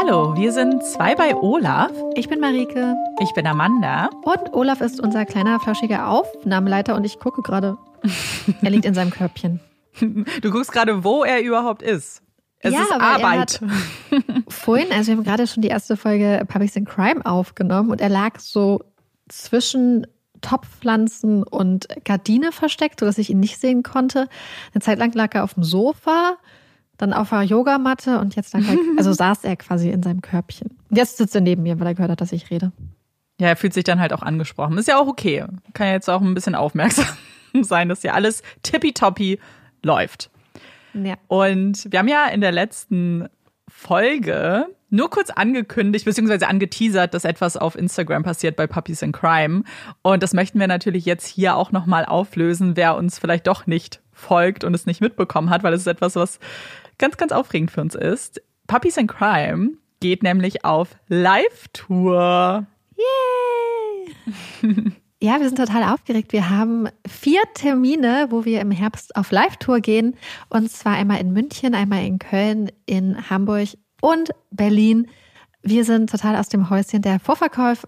Hallo, wir sind zwei bei Olaf. Ich bin Marike. Ich bin Amanda. Und Olaf ist unser kleiner, flauschiger Aufnahmeleiter und ich gucke gerade. Er liegt in seinem Körbchen. Du guckst gerade, wo er überhaupt ist. Es ist Arbeit. Vorhin, also wir haben gerade schon die erste Folge Puppies in Crime aufgenommen und er lag so zwischen Topfpflanzen und Gardine versteckt, sodass ich ihn nicht sehen konnte. Eine Zeit lang lag er auf dem Sofa, dann auf einer Yogamatte und jetzt saß er quasi in seinem Körbchen. Und jetzt sitzt er neben mir, weil er gehört hat, dass ich rede. Ja, er fühlt sich dann halt auch angesprochen. Ist ja auch okay. Kann ja jetzt auch ein bisschen aufmerksam sein, dass ja alles tippitoppi läuft. Ja. Und wir haben ja in der letzten Folge nur kurz angekündigt, beziehungsweise angeteasert, dass etwas auf Instagram passiert bei Puppies in Crime. Und das möchten wir natürlich jetzt hier auch nochmal auflösen, wer uns vielleicht doch nicht folgt und es nicht mitbekommen hat, weil es ist etwas, was ganz, ganz aufregend für uns ist. Puppies in Crime geht nämlich auf Live-Tour. Yay! Ja, wir sind total aufgeregt. Wir haben 4 Termine, wo wir im Herbst auf Live-Tour gehen. Und zwar einmal in München, einmal in Köln, in Hamburg und Berlin. Wir sind total aus dem Häuschen. Der Vorverkauf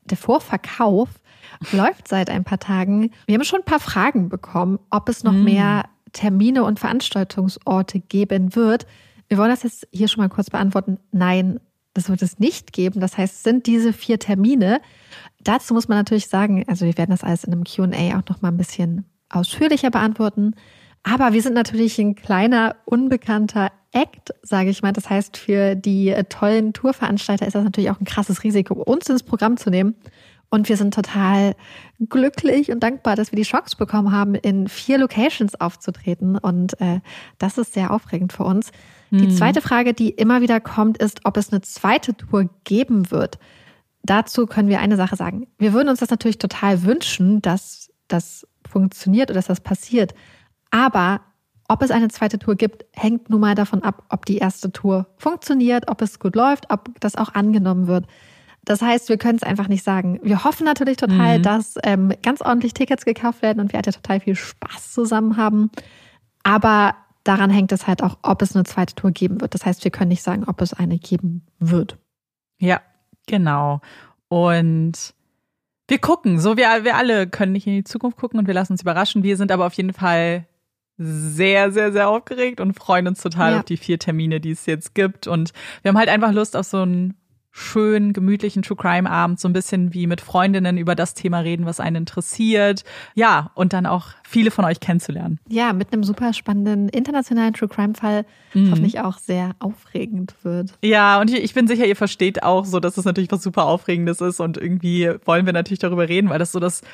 läuft seit ein paar Tagen. Wir haben schon ein paar Fragen bekommen, ob es noch mehr Termine und Veranstaltungsorte geben wird. Wir wollen das jetzt hier schon mal kurz beantworten. Nein, das wird es nicht geben. Das heißt, es sind diese 4 Termine. Dazu muss man natürlich sagen, also wir werden das alles in einem Q&A auch noch mal ein bisschen ausführlicher beantworten. Aber wir sind natürlich ein kleiner, unbekannter Act, sage ich mal. Das heißt, für die tollen Tourveranstalter ist das natürlich auch ein krasses Risiko, uns ins Programm zu nehmen. Und wir sind total glücklich und dankbar, dass wir die Chance bekommen haben, in 4 Locations aufzutreten. Und das ist sehr aufregend für uns. Die zweite Frage, die immer wieder kommt, ist, ob es eine zweite Tour geben wird. Dazu können wir eine Sache sagen. Wir würden uns das natürlich total wünschen, dass das funktioniert oder dass das passiert. Aber ob es eine zweite Tour gibt, hängt nun mal davon ab, ob die erste Tour funktioniert, ob es gut läuft, ob das auch angenommen wird. Das heißt, wir können es einfach nicht sagen. Wir hoffen natürlich total, dass ganz ordentlich Tickets gekauft werden und wir halt ja total viel Spaß zusammen haben. Aber daran hängt es halt auch, ob es eine zweite Tour geben wird. Das heißt, wir können nicht sagen, ob es eine geben wird. Ja, genau. Und wir gucken. So, wir alle können nicht in die Zukunft gucken und wir lassen uns überraschen. Wir sind aber auf jeden Fall sehr, sehr, sehr aufgeregt und freuen uns total auf die 4 Termine, die es jetzt gibt. Und wir haben halt einfach Lust auf so einen schönen, gemütlichen True-Crime-Abend, so ein bisschen wie mit Freundinnen über das Thema reden, was einen interessiert. Ja, und dann auch viele von euch kennenzulernen. Ja, mit einem super spannenden internationalen True-Crime-Fall, hoffentlich auch sehr aufregend wird. Ja, und ich bin sicher, ihr versteht auch so, dass es natürlich was super Aufregendes ist und irgendwie wollen wir natürlich darüber reden, weil das so das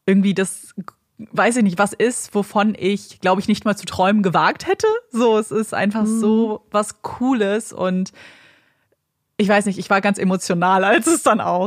weiß ich nicht, was ist, wovon ich, glaube ich, nicht mal zu träumen gewagt hätte. So, es ist einfach so was Cooles und ich weiß nicht, ich war ganz emotional, als wir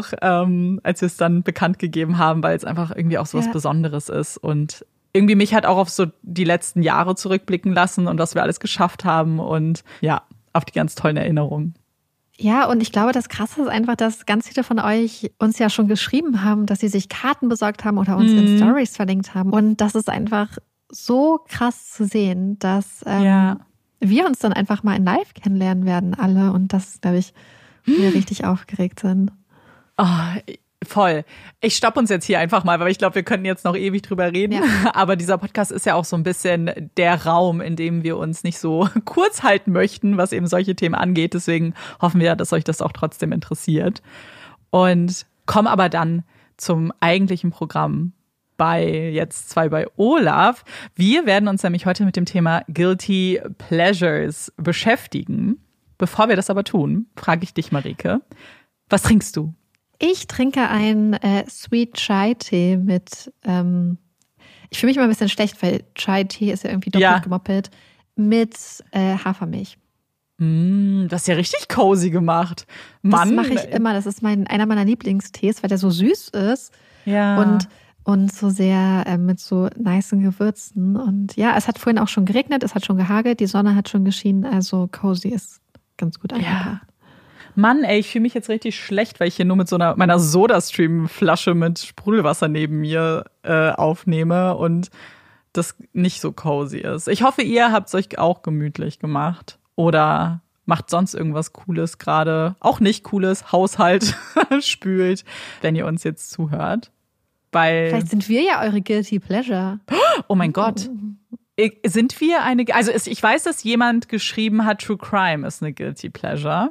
es dann bekannt gegeben haben, weil es einfach irgendwie auch so was Besonderes ist und irgendwie mich hat auch auf so die letzten Jahre zurückblicken lassen und was wir alles geschafft haben und ja, auf die ganz tollen Erinnerungen. Ja, und ich glaube, das Krasse ist einfach, dass ganz viele von euch uns ja schon geschrieben haben, dass sie sich Karten besorgt haben oder uns in Stories verlinkt haben. Und das ist einfach so krass zu sehen, dass wir uns dann einfach mal in Live kennenlernen werden, alle. Und das, glaube ich, wir richtig aufgeregt sind. Oh, voll. Ich stopp uns jetzt hier einfach mal, weil ich glaube, wir könnten jetzt noch ewig drüber reden. Ja. Aber dieser Podcast ist ja auch so ein bisschen der Raum, in dem wir uns nicht so kurz halten möchten, was eben solche Themen angeht. Deswegen hoffen wir, dass euch das auch trotzdem interessiert. Und kommen aber dann zum eigentlichen Programm bei jetzt zwei bei Olaf. Wir werden uns nämlich heute mit dem Thema Guilty Pleasures beschäftigen. Bevor wir das aber tun, frage ich dich, Marike, was trinkst du? Ich trinke einen Sweet Chai Tee mit, ich fühle mich immer ein bisschen schlecht, weil Chai Tee ist ja irgendwie doppelt gemoppelt, mit Hafermilch. Das ist ja richtig cozy gemacht. Mann. Das mache ich immer, das ist einer meiner Lieblingstees, weil der so süß ist und so sehr mit so nicen Gewürzen. Und ja, es hat vorhin auch schon geregnet, es hat schon gehagelt, die Sonne hat schon geschienen, also cozy ist ganz gut eingepackt. Ja. Mann, ey, ich fühle mich jetzt richtig schlecht, weil ich hier nur mit so meiner Soda-Stream-Flasche mit Sprudelwasser neben mir aufnehme und das nicht so cozy ist. Ich hoffe, ihr habt es euch auch gemütlich gemacht oder macht sonst irgendwas Cooles gerade, auch nicht Cooles, Haushalt spült, wenn ihr uns jetzt zuhört. Weil vielleicht sind wir ja eure Guilty Pleasure. Oh mein Gott. Sind wir ich weiß, dass jemand geschrieben hat, True Crime ist eine Guilty Pleasure.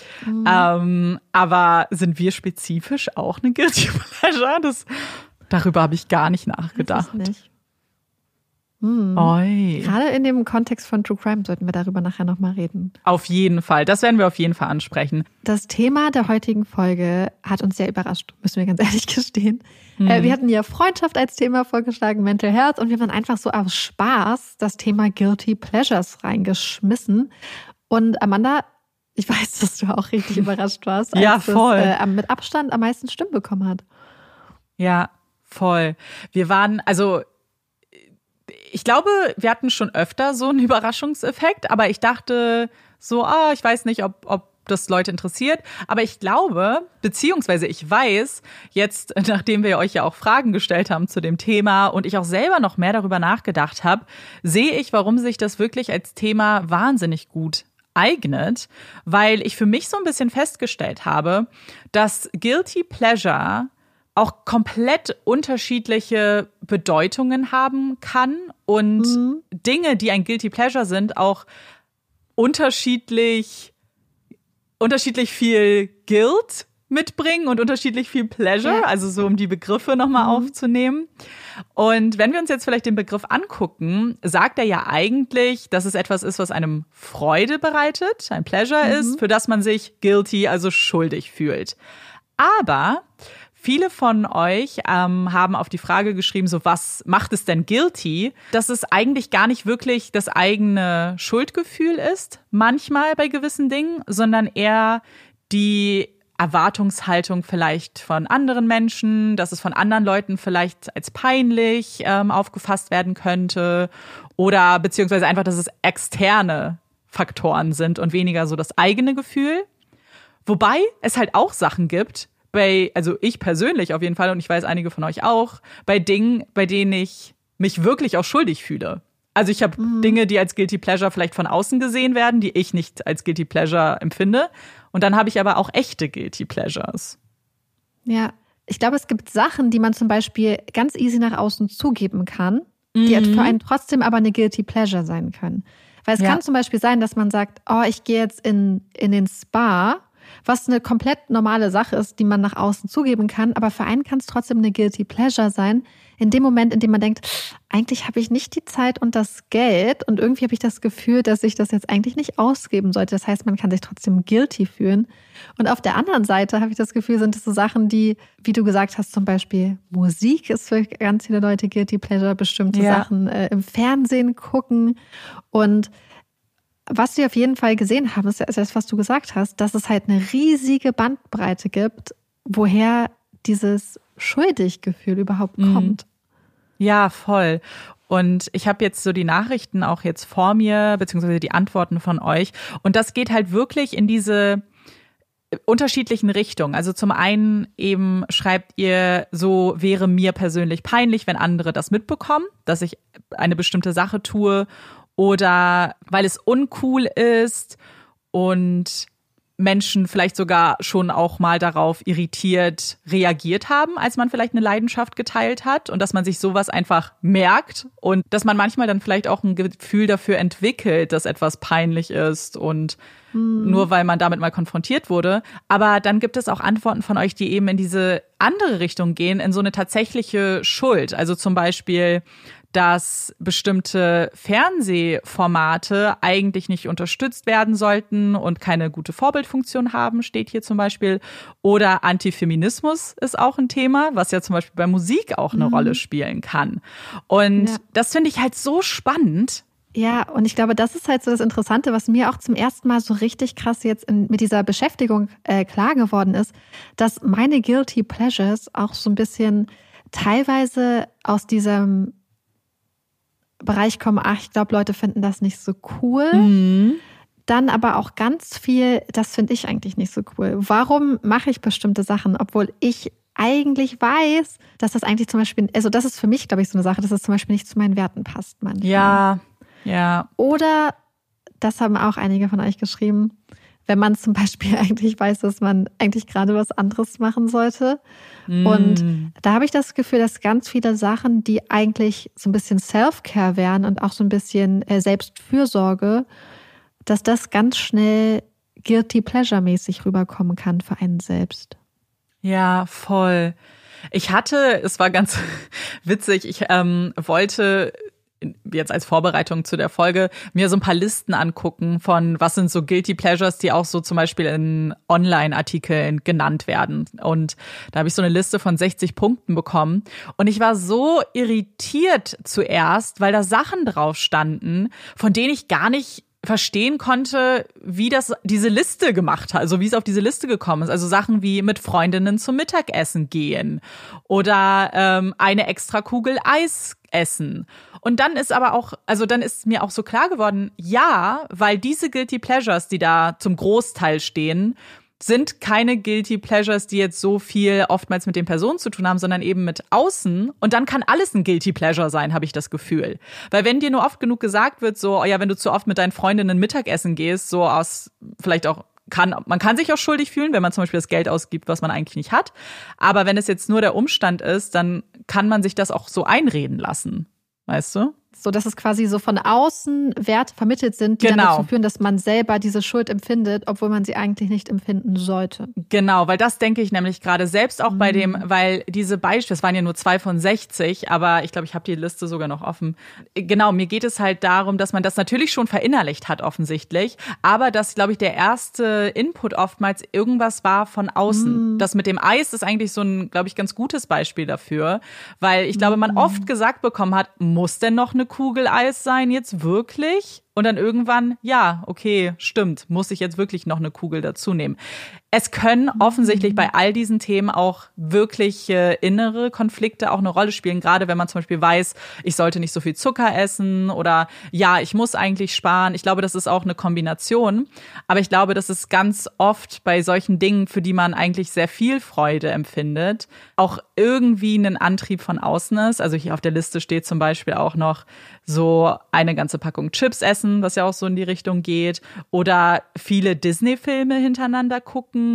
Aber sind wir spezifisch auch eine Guilty Pleasure? Darüber habe ich gar nicht nachgedacht. Das nicht. Gerade in dem Kontext von True Crime sollten wir darüber nachher nochmal reden. Auf jeden Fall. Das werden wir auf jeden Fall ansprechen. Das Thema der heutigen Folge hat uns sehr überrascht, müssen wir ganz ehrlich gestehen. Wir hatten ja Freundschaft als Thema vorgeschlagen, Mental Health, und wir haben dann einfach so aus Spaß das Thema Guilty Pleasures reingeschmissen. Und Amanda, ich weiß, dass du auch richtig überrascht warst, als es mit Abstand am meisten Stimmen bekommen hat. Ja, voll. Wir waren, ich glaube, wir hatten schon öfter so einen Überraschungseffekt, aber ich dachte so, ich weiß nicht, ob das Leute interessiert. Aber ich glaube, beziehungsweise ich weiß, jetzt, nachdem wir euch ja auch Fragen gestellt haben zu dem Thema und ich auch selber noch mehr darüber nachgedacht habe, sehe ich, warum sich das wirklich als Thema wahnsinnig gut eignet, weil ich für mich so ein bisschen festgestellt habe, dass Guilty Pleasure auch komplett unterschiedliche Bedeutungen haben kann und Dinge, die ein Guilty Pleasure sind, auch unterschiedlich viel Guilt mitbringen und unterschiedlich viel Pleasure, also so um die Begriffe nochmal aufzunehmen. Und wenn wir uns jetzt vielleicht den Begriff angucken, sagt er ja eigentlich, dass es etwas ist, was einem Freude bereitet, ein Pleasure ist, für das man sich guilty, also schuldig fühlt. Aber viele von euch haben auf die Frage geschrieben, so was macht es denn guilty, dass es eigentlich gar nicht wirklich das eigene Schuldgefühl ist, manchmal bei gewissen Dingen, sondern eher die Erwartungshaltung vielleicht von anderen Menschen, dass es von anderen Leuten vielleicht als peinlich aufgefasst werden könnte oder beziehungsweise einfach, dass es externe Faktoren sind und weniger so das eigene Gefühl. Wobei es halt auch Sachen gibt, also ich persönlich auf jeden Fall und ich weiß einige von euch auch, bei Dingen, bei denen ich mich wirklich auch schuldig fühle. Also ich habe Dinge, die als Guilty Pleasure vielleicht von außen gesehen werden, die ich nicht als Guilty Pleasure empfinde. Und dann habe ich aber auch echte Guilty Pleasures. Ja, ich glaube, es gibt Sachen, die man zum Beispiel ganz easy nach außen zugeben kann, die für einen trotzdem aber eine Guilty Pleasure sein können. Weil es kann zum Beispiel sein, dass man sagt, ich gehe jetzt in den Spa, was eine komplett normale Sache ist, die man nach außen zugeben kann, aber für einen kann es trotzdem eine Guilty Pleasure sein, in dem Moment, in dem man denkt, eigentlich habe ich nicht die Zeit und das Geld und irgendwie habe ich das Gefühl, dass ich das jetzt eigentlich nicht ausgeben sollte. Das heißt, man kann sich trotzdem guilty fühlen. Und auf der anderen Seite habe ich das Gefühl, sind es so Sachen, die, wie du gesagt hast, zum Beispiel Musik ist für ganz viele Leute Guilty Pleasure, bestimmte Sachen im Fernsehen gucken. Und was wir auf jeden Fall gesehen haben, ist das, was du gesagt hast, dass es halt eine riesige Bandbreite gibt, woher dieses Schuldiggefühl überhaupt kommt. Ja, voll. Und ich habe jetzt so die Nachrichten auch jetzt vor mir, beziehungsweise die Antworten von euch. Und das geht halt wirklich in diese unterschiedlichen Richtungen. Also zum einen eben schreibt ihr, so wäre mir persönlich peinlich, wenn andere das mitbekommen, dass ich eine bestimmte Sache tue oder weil es uncool ist und Menschen vielleicht sogar schon auch mal darauf irritiert reagiert haben, als man vielleicht eine Leidenschaft geteilt hat und dass man sich sowas einfach merkt und dass man manchmal dann vielleicht auch ein Gefühl dafür entwickelt, dass etwas peinlich ist und nur weil man damit mal konfrontiert wurde. Aber dann gibt es auch Antworten von euch, die eben in diese andere Richtung gehen, in so eine tatsächliche Schuld. Also zum Beispiel, dass bestimmte Fernsehformate eigentlich nicht unterstützt werden sollten und keine gute Vorbildfunktion haben, steht hier zum Beispiel. Oder Antifeminismus ist auch ein Thema, was ja zum Beispiel bei Musik auch eine Rolle spielen kann. Und das finde ich halt so spannend. Ja, und ich glaube, das ist halt so das Interessante, was mir auch zum ersten Mal so richtig krass jetzt mit dieser Beschäftigung klar geworden ist, dass meine Guilty Pleasures auch so ein bisschen teilweise aus diesem Bereich kommen, ich glaube, Leute finden das nicht so cool. Dann aber auch ganz viel, das finde ich eigentlich nicht so cool. Warum mache ich bestimmte Sachen, obwohl ich eigentlich weiß, dass das eigentlich zum Beispiel, also das ist für mich, glaube ich, so eine Sache, dass das zum Beispiel nicht zu meinen Werten passt manchmal. Ja. Oder das haben auch einige von euch geschrieben, wenn man zum Beispiel eigentlich weiß, dass man eigentlich gerade was anderes machen sollte. Und da habe ich das Gefühl, dass ganz viele Sachen, die eigentlich so ein bisschen Self-Care wären und auch so ein bisschen Selbstfürsorge, dass das ganz schnell guilty pleasure-mäßig rüberkommen kann für einen selbst. Ja, voll. Es war ganz witzig, ich wollte jetzt als Vorbereitung zu der Folge mir so ein paar Listen angucken von was sind so Guilty Pleasures, die auch so zum Beispiel in Online-Artikeln genannt werden. Und da habe ich so eine Liste von 60 Punkten bekommen. Und ich war so irritiert zuerst, weil da Sachen drauf standen, von denen ich gar nicht verstehen konnte, wie das diese Liste gemacht hat, also wie es auf diese Liste gekommen ist. Also Sachen wie mit Freundinnen zum Mittagessen gehen oder eine extra Kugel Eis essen. Und dann ist aber auch, also dann ist mir auch so klar geworden, ja, weil diese Guilty Pleasures, die da zum Großteil stehen, sind keine Guilty Pleasures, die jetzt so viel oftmals mit den Personen zu tun haben, sondern eben mit außen. Und dann kann alles ein Guilty Pleasure sein, habe ich das Gefühl. Weil wenn dir nur oft genug gesagt wird, so, oh ja, wenn du zu oft mit deinen Freundinnen Mittagessen gehst, so aus, vielleicht auch, man kann sich auch schuldig fühlen, wenn man zum Beispiel das Geld ausgibt, was man eigentlich nicht hat. Aber wenn es jetzt nur der Umstand ist, dann kann man sich das auch so einreden lassen. Weißt du? So, dass es quasi so von außen Werte vermittelt sind, die dann dazu führen, dass man selber diese Schuld empfindet, obwohl man sie eigentlich nicht empfinden sollte. Genau, weil das denke ich nämlich gerade selbst auch bei dem, weil diese Beispiele, es waren ja nur 2 von 60, aber ich glaube, ich habe die Liste sogar noch offen. Genau, mir geht es halt darum, dass man das natürlich schon verinnerlicht hat offensichtlich, aber dass, glaube ich, der erste Input oftmals irgendwas war von außen. Das mit dem Eis ist eigentlich so ein, glaube ich, ganz gutes Beispiel dafür, weil ich glaube, man oft gesagt bekommen hat, muss denn noch eine Kugel Eis sein jetzt wirklich? Und dann irgendwann, ja, okay, stimmt, muss ich jetzt wirklich noch eine Kugel dazu nehmen. Es können offensichtlich bei all diesen Themen auch wirklich innere Konflikte auch eine Rolle spielen, gerade wenn man zum Beispiel weiß, ich sollte nicht so viel Zucker essen oder ja, ich muss eigentlich sparen. Ich glaube, das ist auch eine Kombination. Aber ich glaube, dass es ganz oft bei solchen Dingen, für die man eigentlich sehr viel Freude empfindet, auch irgendwie ein Antrieb von außen ist. Also hier auf der Liste steht zum Beispiel auch noch so eine ganze Packung Chips essen, was ja auch so in die Richtung geht. Oder viele Disney-Filme hintereinander gucken.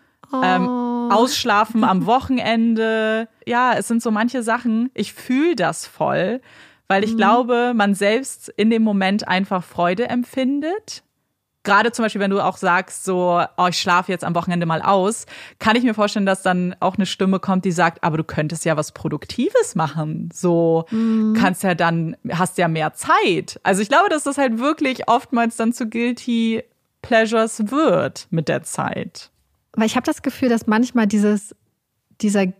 Ausschlafen am Wochenende. Ja, es sind so manche Sachen. Ich fühle das voll, weil ich glaube, man selbst in dem Moment einfach Freude empfindet. Gerade zum Beispiel, wenn du auch sagst, so, oh, ich schlafe jetzt am Wochenende mal aus, kann ich mir vorstellen, dass dann auch eine Stimme kommt, die sagt, aber du könntest ja was Produktives machen. So kannst ja dann, hast ja mehr Zeit. Also ich glaube, dass das halt wirklich oftmals dann zu Guilty Pleasures wird mit der Zeit. Weil ich habe das Gefühl, dass manchmal dieses Gefühl,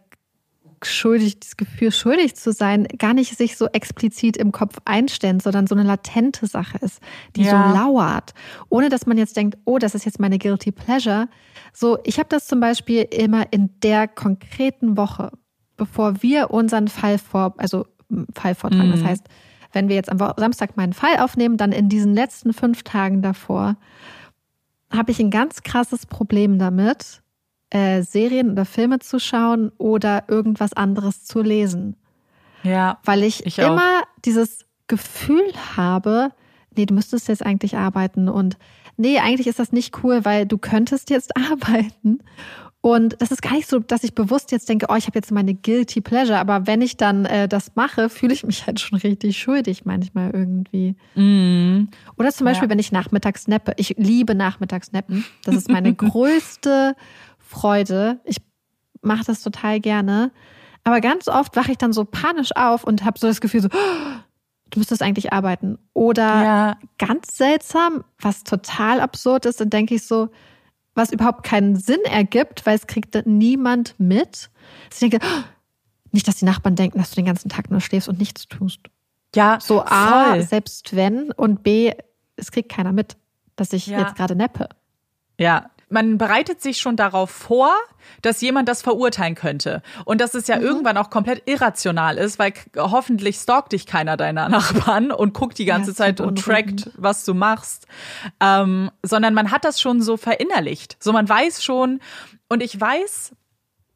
schuldig zu sein, gar nicht sich so explizit im Kopf einstellt, sondern so eine latente Sache ist, die so lauert. Ohne dass man jetzt denkt, oh, das ist jetzt meine Guilty Pleasure. So, ich habe das zum Beispiel immer in der konkreten Woche, bevor wir unseren Fall vortragen. Das heißt, wenn wir jetzt am Samstag meinen Fall aufnehmen, dann in diesen letzten 5 Tagen davor, habe ich ein ganz krasses Problem damit, Serien oder Filme zu schauen oder irgendwas anderes zu lesen. Ja. Weil ich immer dieses Gefühl habe, nee, du müsstest jetzt eigentlich arbeiten und nee, eigentlich ist das nicht cool, weil du könntest jetzt arbeiten. Und das ist gar nicht so, dass ich bewusst jetzt denke, oh, ich habe jetzt meine Guilty Pleasure. Aber wenn ich dann das mache, fühle ich mich halt schon richtig schuldig manchmal irgendwie. Oder zum Beispiel, wenn ich nachmittags nappe. Ich liebe nachmittags nappen. Das ist meine größte Freude. Ich mache das total gerne. Aber ganz oft wache ich dann so panisch auf und habe so das Gefühl so, oh, du müsstest eigentlich arbeiten. Oder ganz seltsam, was total absurd ist, dann denke ich so, was überhaupt keinen Sinn ergibt, weil es kriegt niemand mit. Ich denke, nicht, dass die Nachbarn denken, dass du den ganzen Tag nur schläfst und nichts tust. Ja, so A, selbst wenn, und B, es kriegt keiner mit, dass ich jetzt gerade nappe. Ja, man bereitet sich schon darauf vor, dass jemand das verurteilen könnte. Und dass es ja irgendwann auch komplett irrational ist, weil hoffentlich stalkt dich keiner deiner Nachbarn und guckt die ganze Zeit und trackt, was du machst. Sondern man hat das schon so verinnerlicht. So, man weiß schon, und ich weiß,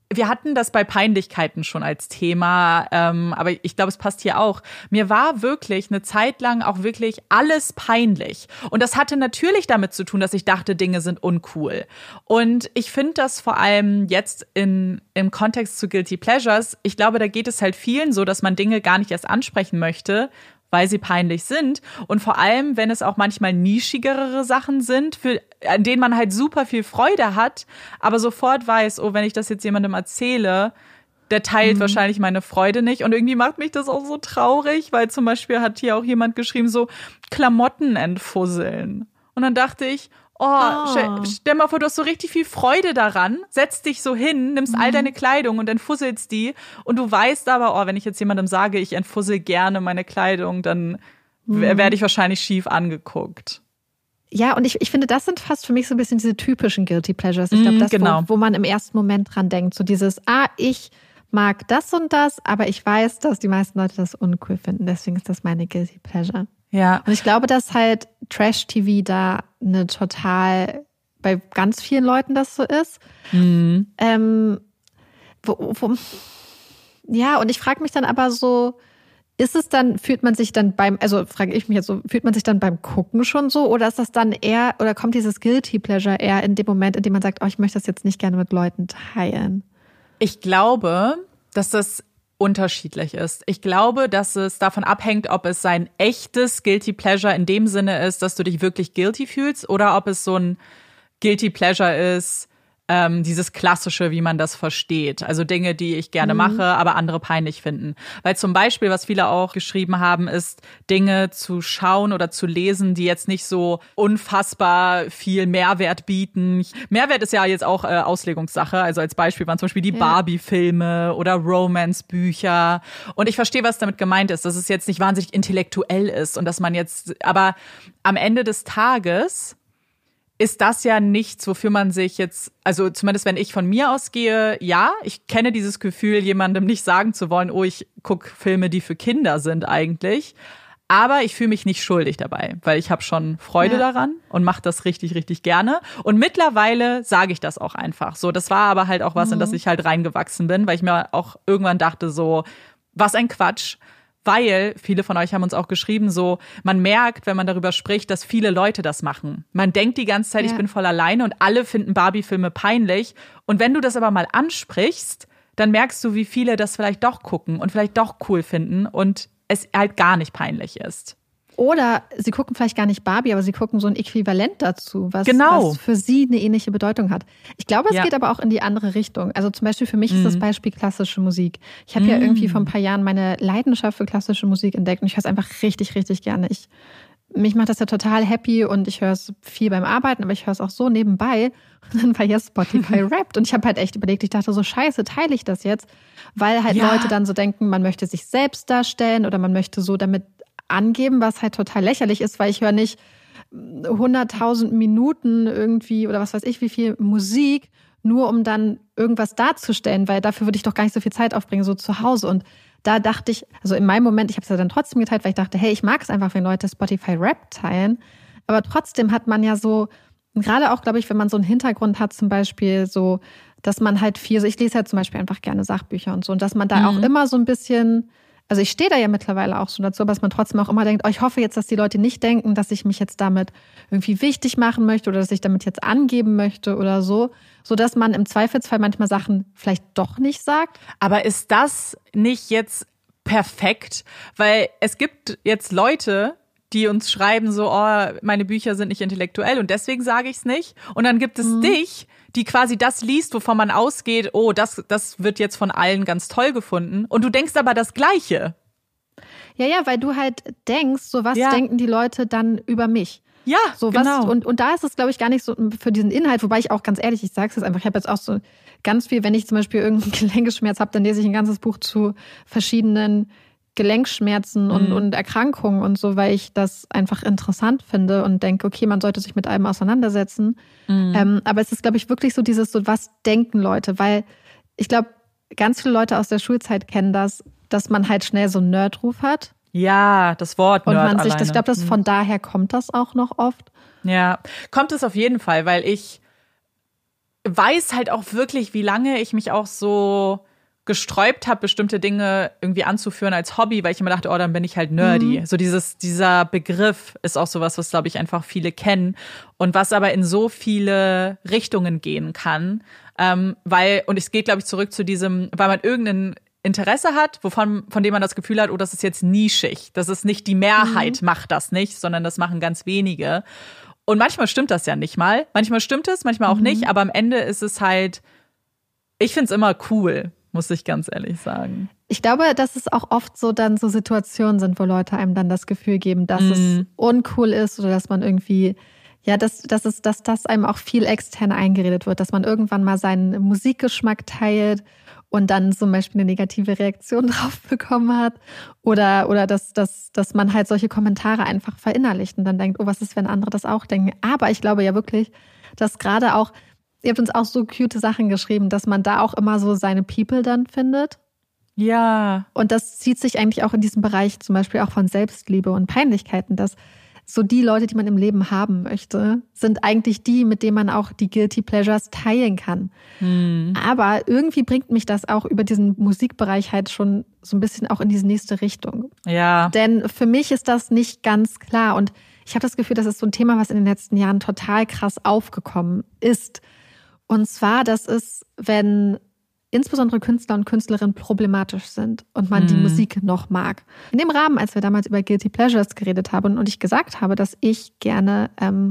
wir hatten das bei Peinlichkeiten schon als Thema, aber ich glaube, es passt hier auch. Mir war wirklich eine Zeit lang auch wirklich alles peinlich. Und das hatte natürlich damit zu tun, dass ich dachte, Dinge sind uncool. Und ich finde das vor allem jetzt im Kontext zu Guilty Pleasures, ich glaube, da geht es halt vielen so, dass man Dinge gar nicht erst ansprechen möchte, weil sie peinlich sind. Und vor allem, wenn es auch manchmal nischigere Sachen sind, an denen man halt super viel Freude hat, aber sofort weiß, oh, wenn ich das jetzt jemandem erzähle, der teilt wahrscheinlich meine Freude nicht. Und irgendwie macht mich das auch so traurig, weil zum Beispiel hat hier auch jemand geschrieben, so Klamotten entfusseln. Und dann dachte ich, stell mal vor, du hast so richtig viel Freude daran, setzt dich so hin, nimmst all deine Kleidung und entfusselst die und du weißt aber, wenn ich jetzt jemandem sage, ich entfussel gerne meine Kleidung, dann werde ich wahrscheinlich schief angeguckt. Ja, und ich finde, das sind fast für mich so ein bisschen diese typischen Guilty Pleasures. Ich glaube, das, genau. wo man im ersten Moment dran denkt, so dieses, ich mag das und das, aber ich weiß, dass die meisten Leute das uncool finden, deswegen ist das meine Guilty Pleasure. Ja. Und ich glaube, dass halt Trash-TV da bei ganz vielen Leuten das so ist. Mhm. Ja, und ich frage mich dann aber so, fühlt man sich dann beim Gucken schon so, oder ist das dann eher, oder kommt dieses Guilty Pleasure eher in dem Moment, in dem man sagt, ich möchte das jetzt nicht gerne mit Leuten teilen? Ich glaube, dass das unterschiedlich ist. Ich glaube, dass es davon abhängt, ob es ein echtes Guilty Pleasure in dem Sinne ist, dass du dich wirklich guilty fühlst, oder ob es so ein Guilty Pleasure ist, dieses Klassische, wie man das versteht. Also Dinge, die ich gerne mache, aber andere peinlich finden. Weil zum Beispiel, was viele auch geschrieben haben, ist, Dinge zu schauen oder zu lesen, die jetzt nicht so unfassbar viel Mehrwert bieten. Mehrwert ist ja jetzt auch Auslegungssache. Also als Beispiel waren zum Beispiel die Barbie-Filme oder Romance-Bücher. Und ich verstehe, was damit gemeint ist, dass es jetzt nicht wahnsinnig intellektuell ist und dass man aber am Ende des Tages ist das ja nichts, wofür man sich jetzt, also zumindest wenn ich von mir ausgehe, ja, ich kenne dieses Gefühl, jemandem nicht sagen zu wollen, ich gucke Filme, die für Kinder sind eigentlich. Aber ich fühle mich nicht schuldig dabei, weil ich habe schon Freude daran und mache das richtig, richtig gerne. Und mittlerweile sage ich das auch einfach so. Das war aber halt auch was, in das ich halt reingewachsen bin, weil ich mir auch irgendwann dachte so, was ein Quatsch. Weil viele von euch haben uns auch geschrieben, so, man merkt, wenn man darüber spricht, dass viele Leute das machen. Man denkt die ganze Zeit, ich bin voll alleine und alle finden Barbie-Filme peinlich. Und wenn du das aber mal ansprichst, dann merkst du, wie viele das vielleicht doch gucken und vielleicht doch cool finden und es halt gar nicht peinlich ist. Oder sie gucken vielleicht gar nicht Barbie, aber sie gucken so ein Äquivalent dazu, was für sie eine ähnliche Bedeutung hat. Ich glaube, es geht aber auch in die andere Richtung. Also zum Beispiel für mich ist das Beispiel klassische Musik. Ich habe ja irgendwie vor ein paar Jahren meine Leidenschaft für klassische Musik entdeckt und ich höre es einfach richtig, richtig gerne. Mich macht das ja total happy und ich höre es viel beim Arbeiten, aber ich höre es auch so nebenbei. Und dann war ja Spotify Wrapped und ich habe halt echt überlegt, ich dachte so, scheiße, teile ich das jetzt? Weil halt Leute dann so denken, man möchte sich selbst darstellen oder man möchte so damit angeben, was halt total lächerlich ist, weil ich höre nicht 100.000 Minuten irgendwie oder was weiß ich wie viel Musik, nur um dann irgendwas darzustellen, weil dafür würde ich doch gar nicht so viel Zeit aufbringen, so zu Hause. Und da dachte ich, also in meinem Moment, ich habe es ja dann trotzdem geteilt, weil ich dachte, hey, ich mag es einfach, wenn Leute Spotify Rap teilen. Aber trotzdem hat man ja so, gerade auch, glaube ich, wenn man so einen Hintergrund hat, zum Beispiel so, dass man halt viel, so ich lese halt zum Beispiel einfach gerne Sachbücher und so, und dass man da auch immer so ein bisschen, also ich stehe da ja mittlerweile auch so dazu, aber dass man trotzdem auch immer denkt, ich hoffe jetzt, dass die Leute nicht denken, dass ich mich jetzt damit irgendwie wichtig machen möchte oder dass ich damit jetzt angeben möchte oder so, sodass man im Zweifelsfall manchmal Sachen vielleicht doch nicht sagt. Aber ist das nicht jetzt perfekt? Weil es gibt jetzt Leute, die uns schreiben so, meine Bücher sind nicht intellektuell und deswegen sage ich es nicht. Und dann gibt es dich, die quasi das liest, wovon man ausgeht, das wird jetzt von allen ganz toll gefunden. Und du denkst aber das Gleiche. Ja, weil du halt denkst, so was denken die Leute dann über mich. Ja, so genau. Was, und da ist es, glaube ich, gar nicht so für diesen Inhalt, wobei ich auch ganz ehrlich, ich sage es jetzt einfach, ich habe jetzt auch so ganz viel, wenn ich zum Beispiel irgendeinen Gelenkschmerz habe, dann lese ich ein ganzes Buch zu verschiedenen Gelenkschmerzen und Erkrankungen und so, weil ich das einfach interessant finde und denke, okay, man sollte sich mit allem auseinandersetzen. Aber es ist, glaube ich, wirklich so dieses, so was denken Leute, weil ich glaube, ganz viele Leute aus der Schulzeit kennen das, dass man halt schnell so einen Nerdruf hat. Ja, das Wort Nerd und ich glaube, dass von daher kommt das auch noch oft. Ja, kommt es auf jeden Fall, weil ich weiß halt auch wirklich, wie lange ich mich auch so gesträubt habe, bestimmte Dinge irgendwie anzuführen als Hobby, weil ich immer dachte, dann bin ich halt nerdy. So dieser Begriff ist auch sowas, was, glaube ich, einfach viele kennen und was aber in so viele Richtungen gehen kann, und es geht, glaube ich, zurück zu diesem, weil man irgendein Interesse hat, von dem man das Gefühl hat, das ist jetzt nischig, das ist nicht die Mehrheit macht das nicht, sondern das machen ganz wenige. Und manchmal stimmt das ja nicht mal. Manchmal stimmt es, manchmal auch nicht, aber am Ende ist es halt, ich find's immer cool, muss ich ganz ehrlich sagen. Ich glaube, dass es auch oft so dann so Situationen sind, wo Leute einem dann das Gefühl geben, dass es uncool ist oder dass man irgendwie, dass das einem auch viel extern eingeredet wird, dass man irgendwann mal seinen Musikgeschmack teilt und dann zum Beispiel eine negative Reaktion drauf bekommen hat oder dass man halt solche Kommentare einfach verinnerlicht und dann denkt, was ist, wenn andere das auch denken? Aber ich glaube ja wirklich, dass gerade auch, ihr habt uns auch so cute Sachen geschrieben, dass man da auch immer so seine People dann findet. Ja. Und das zieht sich eigentlich auch in diesem Bereich zum Beispiel auch von Selbstliebe und Peinlichkeiten, dass so die Leute, die man im Leben haben möchte, sind eigentlich die, mit denen man auch die Guilty Pleasures teilen kann. Aber irgendwie bringt mich das auch über diesen Musikbereich halt schon so ein bisschen auch in diese nächste Richtung. Ja. Denn für mich ist das nicht ganz klar. Und ich habe das Gefühl, das ist so ein Thema, was in den letzten Jahren total krass aufgekommen ist. Und zwar, das ist, wenn insbesondere Künstler und Künstlerinnen problematisch sind und man die Musik noch mag. In dem Rahmen, als wir damals über Guilty Pleasures geredet haben und ich gesagt habe, dass ich gerne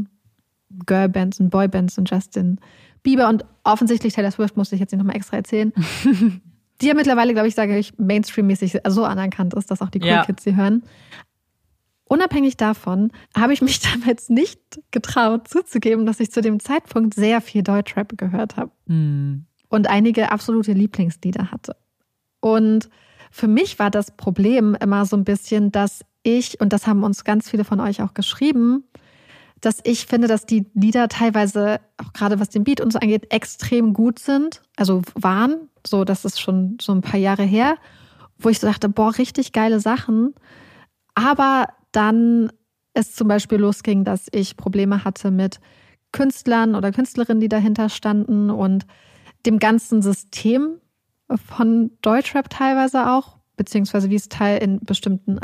Girlbands und Boybands und Justin Bieber und offensichtlich Taylor Swift, musste ich jetzt nicht nochmal extra erzählen, die ja mittlerweile, glaube ich, sage ich, mainstream-mäßig so anerkannt ist, dass auch die Cool Kids sie hören. Unabhängig davon habe ich mich damals nicht getraut zuzugeben, dass ich zu dem Zeitpunkt sehr viel Deutschrap gehört habe. Und einige absolute Lieblingslieder hatte. Und für mich war das Problem immer so ein bisschen, dass ich, und das haben uns ganz viele von euch auch geschrieben, dass ich finde, dass die Lieder teilweise, auch gerade was den Beat und so angeht, extrem gut sind. Also waren, so das ist schon so ein paar Jahre her, wo ich so dachte, richtig geile Sachen. Aber dann es zum Beispiel losging, dass ich Probleme hatte mit Künstlern oder Künstlerinnen, die dahinter standen und dem ganzen System von Deutschrap teilweise auch, beziehungsweise wie es Teil in bestimmten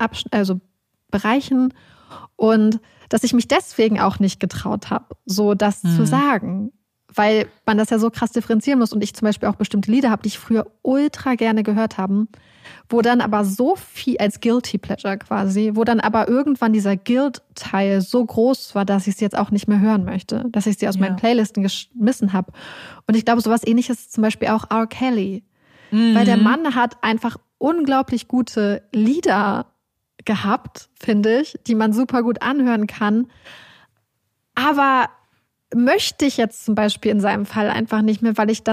Bereichen und dass ich mich deswegen auch nicht getraut habe, so das zu sagen, weil man das ja so krass differenzieren muss und ich zum Beispiel auch bestimmte Lieder habe, die ich früher ultra gerne gehört habe, wo dann aber so viel als Guilty Pleasure quasi, wo dann aber irgendwann dieser Guilt-Teil so groß war, dass ich sie jetzt auch nicht mehr hören möchte, dass ich sie aus meinen Playlisten geschmissen habe. Und ich glaube, sowas Ähnliches ist zum Beispiel auch R. Kelly, weil der Mann hat einfach unglaublich gute Lieder gehabt, finde ich, die man super gut anhören kann. Aber möchte ich jetzt zum Beispiel in seinem Fall einfach nicht mehr, weil ich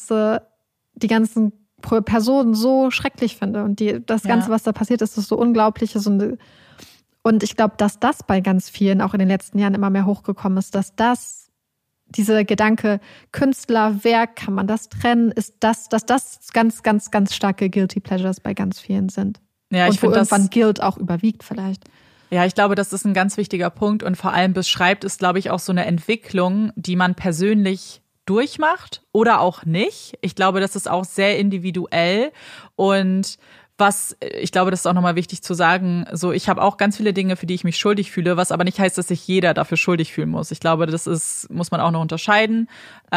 die ganzen Personen so schrecklich finde und das Ganze, was da passiert ist, ist so unglaublich. Und ich glaube, dass das bei ganz vielen auch in den letzten Jahren immer mehr hochgekommen ist, dass dieser Gedanke Künstler, Werk, kann man das trennen, dass das ganz, ganz, ganz starke Guilty Pleasures bei ganz vielen sind. Ja, und wo irgendwann Guilt auch überwiegt vielleicht. Ja, ich glaube, das ist ein ganz wichtiger Punkt und vor allem beschreibt es, glaube ich, auch so eine Entwicklung, die man persönlich durchmacht oder auch nicht. Ich glaube, das ist auch sehr individuell und ich glaube, das ist auch nochmal wichtig zu sagen, so ich habe auch ganz viele Dinge, für die ich mich schuldig fühle, was aber nicht heißt, dass sich jeder dafür schuldig fühlen muss. Ich glaube, muss man auch noch unterscheiden.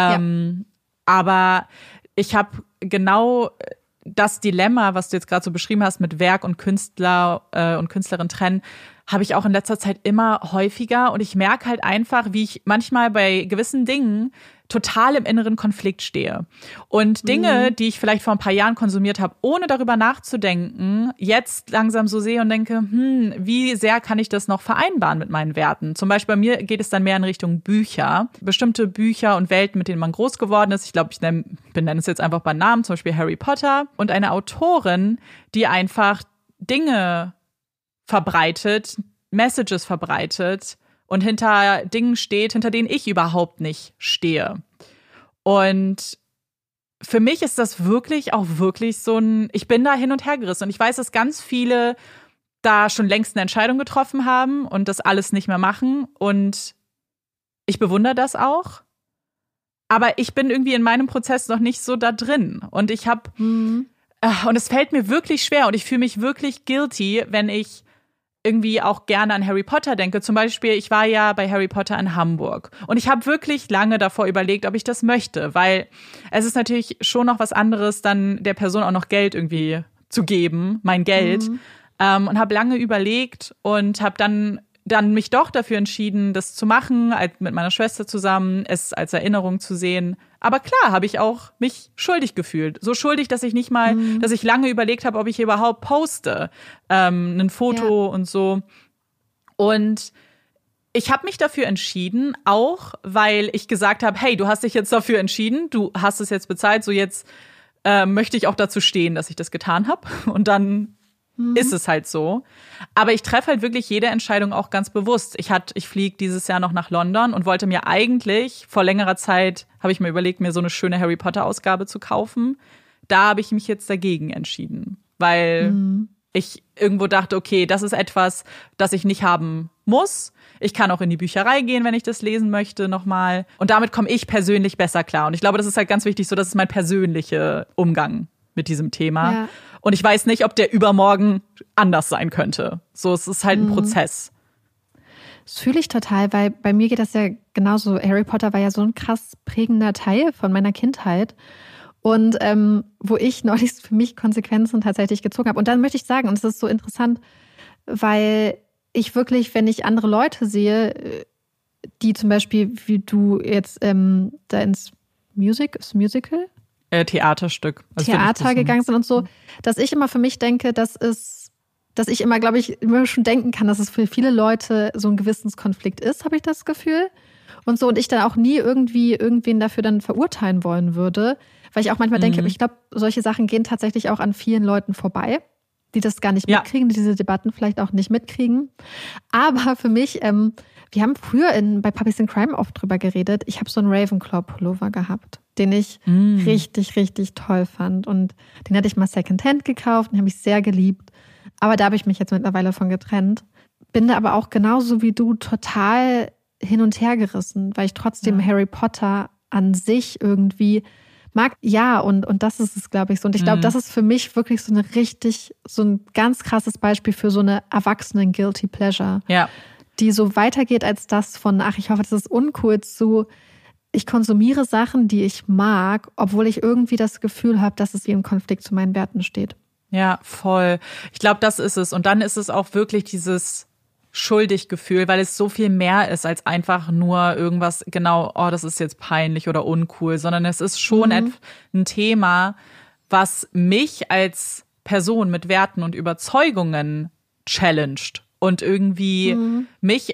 Aber ich habe genau das Dilemma, was du jetzt gerade so beschrieben hast, mit Werk und Künstler und Künstlerin trennen, habe ich auch in letzter Zeit immer häufiger. Und ich merke halt einfach, wie ich manchmal bei gewissen Dingen total im inneren Konflikt stehe. Und Dinge, die ich vielleicht vor ein paar Jahren konsumiert habe, ohne darüber nachzudenken, jetzt langsam so sehe und denke, wie sehr kann ich das noch vereinbaren mit meinen Werten? Zum Beispiel bei mir geht es dann mehr in Richtung Bücher. Bestimmte Bücher und Welten, mit denen man groß geworden ist. Ich glaube, ich benenne es jetzt einfach bei Namen, zum Beispiel Harry Potter. Und eine Autorin, die einfach Dinge verbreitet, Messages verbreitet, und hinter Dingen steht, hinter denen ich überhaupt nicht stehe. Und für mich ist das wirklich so ich bin da hin und her gerissen. Und ich weiß, dass ganz viele da schon längst eine Entscheidung getroffen haben und das alles nicht mehr machen. Und ich bewundere das auch. Aber ich bin irgendwie in meinem Prozess noch nicht so da drin. Und ich habe, und es fällt mir wirklich schwer und ich fühle mich wirklich guilty, wenn ich irgendwie auch gerne an Harry Potter denke. Zum Beispiel, ich war ja bei Harry Potter in Hamburg und ich habe wirklich lange davor überlegt, ob ich das möchte, weil es ist natürlich schon noch was anderes, dann der Person auch noch Geld irgendwie zu geben, mein Geld. Und habe lange überlegt und habe dann mich doch dafür entschieden, das zu machen, mit meiner Schwester zusammen, es als Erinnerung zu sehen. Aber klar, habe ich auch mich schuldig gefühlt. So schuldig, dass ich nicht mal, dass ich lange überlegt habe, ob ich überhaupt poste, ein Foto und so. Und ich habe mich dafür entschieden, auch weil ich gesagt habe, hey, du hast dich jetzt dafür entschieden, du hast es jetzt bezahlt, so jetzt möchte ich auch dazu stehen, dass ich das getan habe. Und dann ist es halt so. Aber ich treffe halt wirklich jede Entscheidung auch ganz bewusst. Ich fliege dieses Jahr noch nach London und wollte mir eigentlich, vor längerer Zeit, habe ich mir überlegt, mir so eine schöne Harry Potter Ausgabe zu kaufen. Da habe ich mich jetzt dagegen entschieden, weil ich irgendwo dachte, okay, das ist etwas, das ich nicht haben muss. Ich kann auch in die Bücherei gehen, wenn ich das lesen möchte, nochmal. Und damit komme ich persönlich besser klar. Und ich glaube, das ist halt ganz wichtig, so das ist mein persönlicher Umgang mit diesem Thema. Ja. Und ich weiß nicht, ob der übermorgen anders sein könnte. So, es ist halt ein Prozess. Das fühle ich total, weil bei mir geht das ja genauso. Harry Potter war ja so ein krass prägender Teil von meiner Kindheit. Und wo ich neulich für mich Konsequenzen tatsächlich gezogen habe. Und dann möchte ich sagen, und es ist so interessant, weil ich wirklich, wenn ich andere Leute sehe, die zum Beispiel, wie du jetzt da ins Musical? Theaterstück. Also Theater gegangen sind und so, dass ich immer für mich denke, dass ich immer, glaube ich, immer schon denken kann, dass es für viele Leute so ein Gewissenskonflikt ist, habe ich das Gefühl. Und so, und ich dann auch nie irgendwen dafür dann verurteilen wollen würde, weil ich auch manchmal denke, ich glaube, solche Sachen gehen tatsächlich auch an vielen Leuten vorbei, die das gar nicht mitkriegen, die diese Debatten vielleicht auch nicht mitkriegen. Aber für mich, wir haben früher bei Puppies in Crime oft drüber geredet, ich habe so einen Ravenclaw-Pullover gehabt, den ich richtig, richtig toll fand. Und den hatte ich mal Secondhand gekauft, den habe ich sehr geliebt. Aber da habe ich mich jetzt mittlerweile von getrennt. Bin da aber auch genauso wie du total hin und her gerissen, weil ich trotzdem Harry Potter an sich irgendwie mag. Ja, und das ist es, glaube ich, so. Und ich glaube, das ist für mich wirklich so ein ganz krasses Beispiel für so eine Erwachsenen-Guilty Pleasure. Ja. Die so weitergeht als das von, ich hoffe, das ist uncool, zu ich konsumiere Sachen, die ich mag, obwohl ich irgendwie das Gefühl habe, dass es wie im Konflikt zu meinen Werten steht. Ja, voll. Ich glaube, das ist es. Und dann ist es auch wirklich dieses Schuldiggefühl, weil es so viel mehr ist als einfach nur irgendwas, genau, oh, das ist jetzt peinlich oder uncool, sondern es ist schon ein Thema, was mich als Person mit Werten und Überzeugungen challenged und irgendwie mich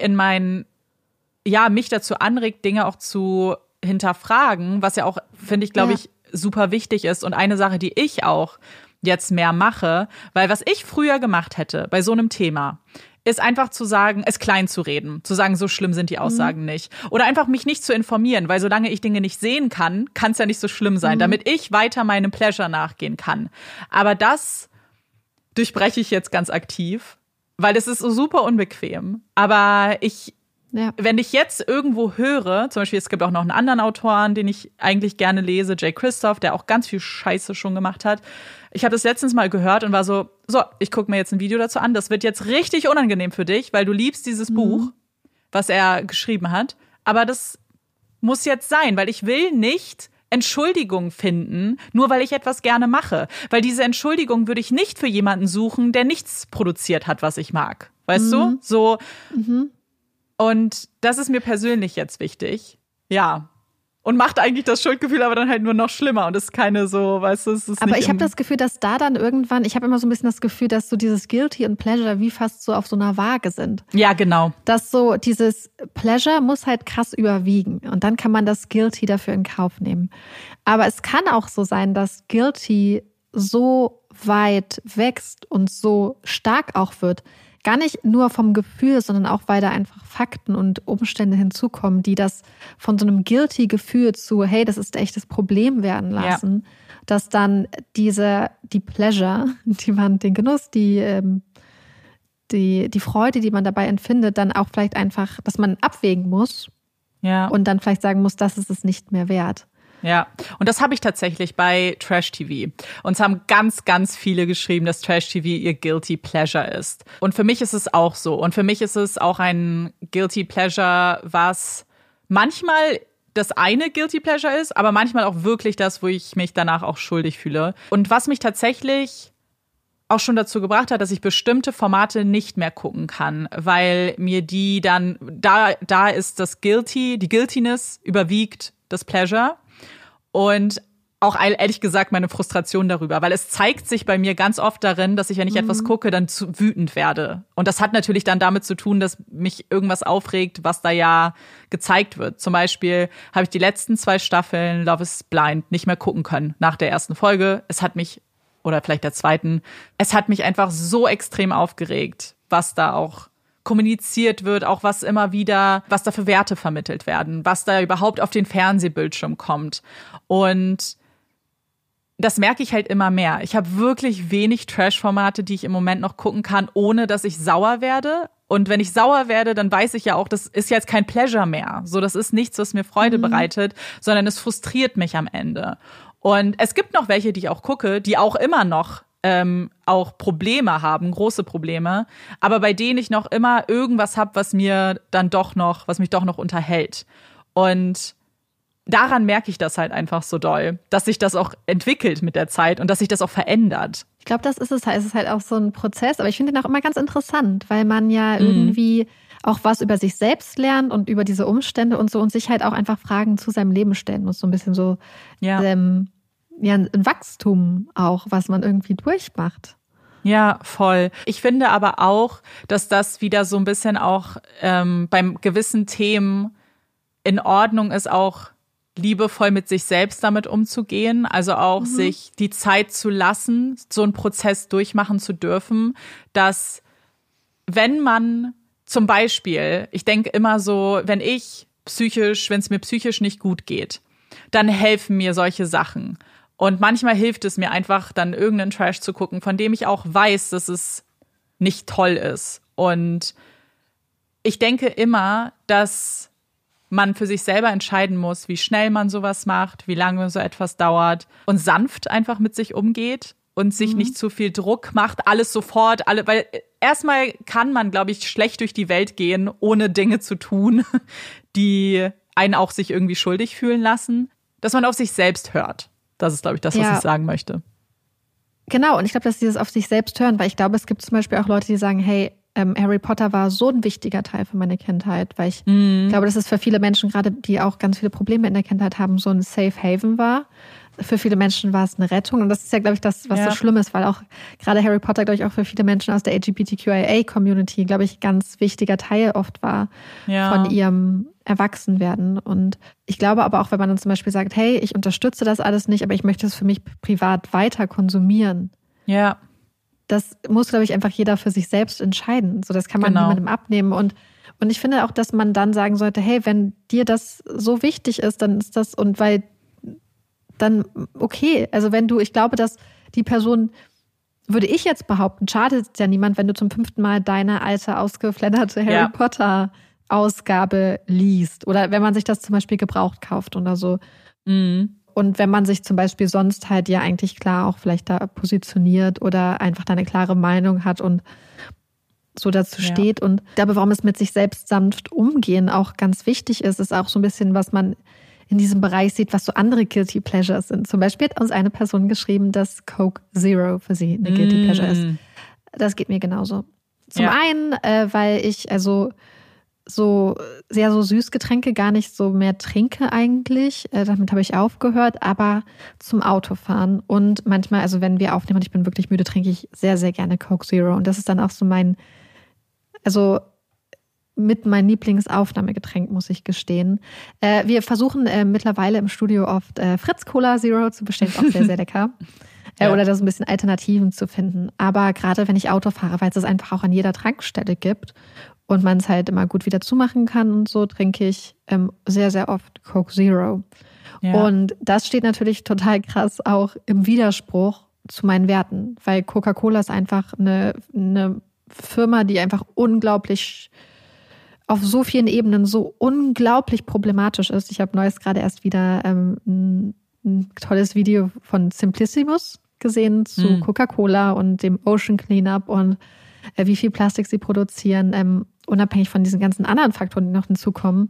mich dazu anregt, Dinge auch zu hinterfragen, was ja auch, finde ich, glaube ich, super wichtig ist. Und eine Sache, die ich auch jetzt mehr mache, weil was ich früher gemacht hätte bei so einem Thema, ist einfach zu sagen, es klein zu reden, zu sagen, so schlimm sind die Aussagen nicht. Oder einfach mich nicht zu informieren, weil solange ich Dinge nicht sehen kann, kann es ja nicht so schlimm sein, damit ich weiter meinem Pleasure nachgehen kann. Aber das durchbreche ich jetzt ganz aktiv, weil es ist so super unbequem. Aber wenn ich jetzt irgendwo höre, zum Beispiel, es gibt auch noch einen anderen Autoren, den ich eigentlich gerne lese, Jay Kristoff, der auch ganz viel Scheiße schon gemacht hat. Ich habe das letztens mal gehört und war so, ich gucke mir jetzt ein Video dazu an. Das wird jetzt richtig unangenehm für dich, weil du liebst dieses Buch, was er geschrieben hat. Aber das muss jetzt sein, weil ich will nicht Entschuldigung finden, nur weil ich etwas gerne mache. Weil diese Entschuldigung würde ich nicht für jemanden suchen, der nichts produziert hat, was ich mag. Weißt du? So. Und das ist mir persönlich jetzt wichtig. Ja. Und macht eigentlich das Schuldgefühl aber dann halt nur noch schlimmer. Und ist keine so, weißt du, es ist aber nicht. Ich habe das Gefühl, dass da dann irgendwann, ich habe immer so ein bisschen das Gefühl, dass so dieses Guilty und Pleasure wie fast so auf so einer Waage sind. Ja, genau. Dass so dieses Pleasure muss halt krass überwiegen. Und dann kann man das Guilty dafür in Kauf nehmen. Aber es kann auch so sein, dass Guilty so weit wächst und so stark auch wird. Gar nicht nur vom Gefühl, sondern auch, weil da einfach Fakten und Umstände hinzukommen, die das von so einem Guilty-Gefühl zu, hey, das ist echt das Problem werden lassen, dass dann die Pleasure, den Genuss, die Freude, die man dabei empfindet, dann auch vielleicht einfach, dass man abwägen muss, Ja. Und dann vielleicht sagen muss, das ist es nicht mehr wert. Ja, und das habe ich tatsächlich bei Trash-TV. Uns haben ganz, ganz viele geschrieben, dass Trash-TV ihr Guilty Pleasure ist. Und für mich ist es auch so. Und für mich ist es auch ein Guilty Pleasure, was manchmal das eine Guilty Pleasure ist, aber manchmal auch wirklich das, wo ich mich danach auch schuldig fühle. Und was mich tatsächlich auch schon dazu gebracht hat, dass ich bestimmte Formate nicht mehr gucken kann, weil mir die dann, da ist die Guiltiness überwiegt das Pleasure. Und auch ehrlich gesagt meine Frustration darüber, weil es zeigt sich bei mir ganz oft darin, dass ich, wenn ich etwas gucke, dann zu wütend werde. Und das hat natürlich dann damit zu tun, dass mich irgendwas aufregt, was da ja gezeigt wird. Zum Beispiel habe ich die letzten 2 Staffeln Love is Blind nicht mehr gucken können nach der ersten Folge. Es hat mich, oder vielleicht der zweiten, es hat mich einfach so extrem aufgeregt, was da auch kommuniziert wird, auch was immer wieder, was da für Werte vermittelt werden, was da überhaupt auf den Fernsehbildschirm kommt. Und das merke ich halt immer mehr. Ich habe wirklich wenig Trash-Formate, die ich im Moment noch gucken kann, ohne dass ich sauer werde. Und wenn ich sauer werde, dann weiß ich ja auch, das ist jetzt kein Pleasure mehr. So, das ist nichts, was mir Freude bereitet, sondern es frustriert mich am Ende. Und es gibt noch welche, die ich auch gucke, die auch immer noch auch Probleme haben, große Probleme, aber bei denen ich noch immer irgendwas habe, was mich doch noch unterhält. Und daran merke ich das halt einfach so doll, dass sich das auch entwickelt mit der Zeit und dass sich das auch verändert. Ich glaube, das ist es halt. Es ist halt auch so ein Prozess, aber ich finde den auch immer ganz interessant, weil man ja irgendwie auch was über sich selbst lernt und über diese Umstände und so und sich halt auch einfach Fragen zu seinem Leben stellen muss. So ein bisschen so ein Wachstum auch, was man irgendwie durchmacht. Ja, voll. Ich finde aber auch, dass das wieder so ein bisschen auch beim gewissen Themen in Ordnung ist, auch liebevoll mit sich selbst damit umzugehen. Also auch sich die Zeit zu lassen, so einen Prozess durchmachen zu dürfen, dass wenn man zum Beispiel, ich denke immer so, wenn es mir psychisch nicht gut geht, dann helfen mir solche Sachen. Und manchmal hilft es mir einfach, dann irgendeinen Trash zu gucken, von dem ich auch weiß, dass es nicht toll ist. Und ich denke immer, dass man für sich selber entscheiden muss, wie schnell man sowas macht, wie lange so etwas dauert und sanft einfach mit sich umgeht und sich nicht zu viel Druck macht, alles sofort, weil erstmal kann man, glaube ich, schlecht durch die Welt gehen, ohne Dinge zu tun, die einen auch sich irgendwie schuldig fühlen lassen, dass man auf sich selbst hört. Das ist, glaube ich, das, was ich sagen möchte. Genau, und ich glaube, dass dieses auf sich selbst hören, weil ich glaube, es gibt zum Beispiel auch Leute, die sagen, hey, Harry Potter war so ein wichtiger Teil für meine Kindheit, weil ich glaube, dass es für viele Menschen, gerade die auch ganz viele Probleme in der Kindheit haben, so ein Safe Haven war. Für viele Menschen war es eine Rettung. Und das ist ja, glaube ich, das, was so schlimm ist, weil auch gerade Harry Potter, glaube ich, auch für viele Menschen aus der LGBTQIA-Community, glaube ich, ganz wichtiger Teil oft war von ihrem Erwachsenwerden. Und ich glaube aber auch, wenn man dann zum Beispiel sagt, hey, ich unterstütze das alles nicht, aber ich möchte es für mich privat weiter konsumieren. Ja. Das muss, glaube ich, einfach jeder für sich selbst entscheiden. So, das kann man niemandem abnehmen. Und ich finde auch, dass man dann sagen sollte, hey, wenn dir das so wichtig ist, dann ist das, und weil dann okay. Also ich glaube, dass die Person, würde ich jetzt behaupten, schadet ja niemand, wenn du zum 5. Mal deine alte, ausgeflatterte Harry Potter Ausgabe liest. Oder wenn man sich das zum Beispiel gebraucht kauft oder so. Und wenn man sich zum Beispiel sonst halt ja eigentlich klar auch vielleicht da positioniert oder einfach da eine klare Meinung hat und so dazu steht. Und ich glaube, warum es mit sich selbst sanft umgehen auch ganz wichtig ist auch so ein bisschen, was man in diesem Bereich sieht, was so andere Guilty Pleasures sind. Zum Beispiel hat uns eine Person geschrieben, dass Coke Zero für sie eine Guilty Pleasure ist. Das geht mir genauso. Zum einen, weil ich so Süßgetränke gar nicht so mehr trinke eigentlich. Damit habe ich aufgehört, aber zum Autofahren. Und manchmal, also wenn wir aufnehmen und ich bin wirklich müde, trinke ich sehr, sehr gerne Coke Zero. Und das ist dann auch so mein Lieblingsaufnahmegetränk, muss ich gestehen. Wir versuchen mittlerweile im Studio oft Fritz Cola Zero zu bestellen, ist auch sehr, sehr lecker. Oder da so ein bisschen Alternativen zu finden. Aber gerade wenn ich Auto fahre, weil es das einfach auch an jeder Tankstelle gibt und man es halt immer gut wieder zumachen kann und so, trinke ich sehr, sehr oft Coke Zero. Ja. Und das steht natürlich total krass auch im Widerspruch zu meinen Werten, weil Coca-Cola ist einfach eine Firma, die einfach unglaublich auf so vielen Ebenen so unglaublich problematisch ist. Ich habe neues gerade erst wieder ein tolles Video von Simplicissimus gesehen zu Coca-Cola und dem Ocean Cleanup und wie viel Plastik sie produzieren, unabhängig von diesen ganzen anderen Faktoren, die noch hinzukommen.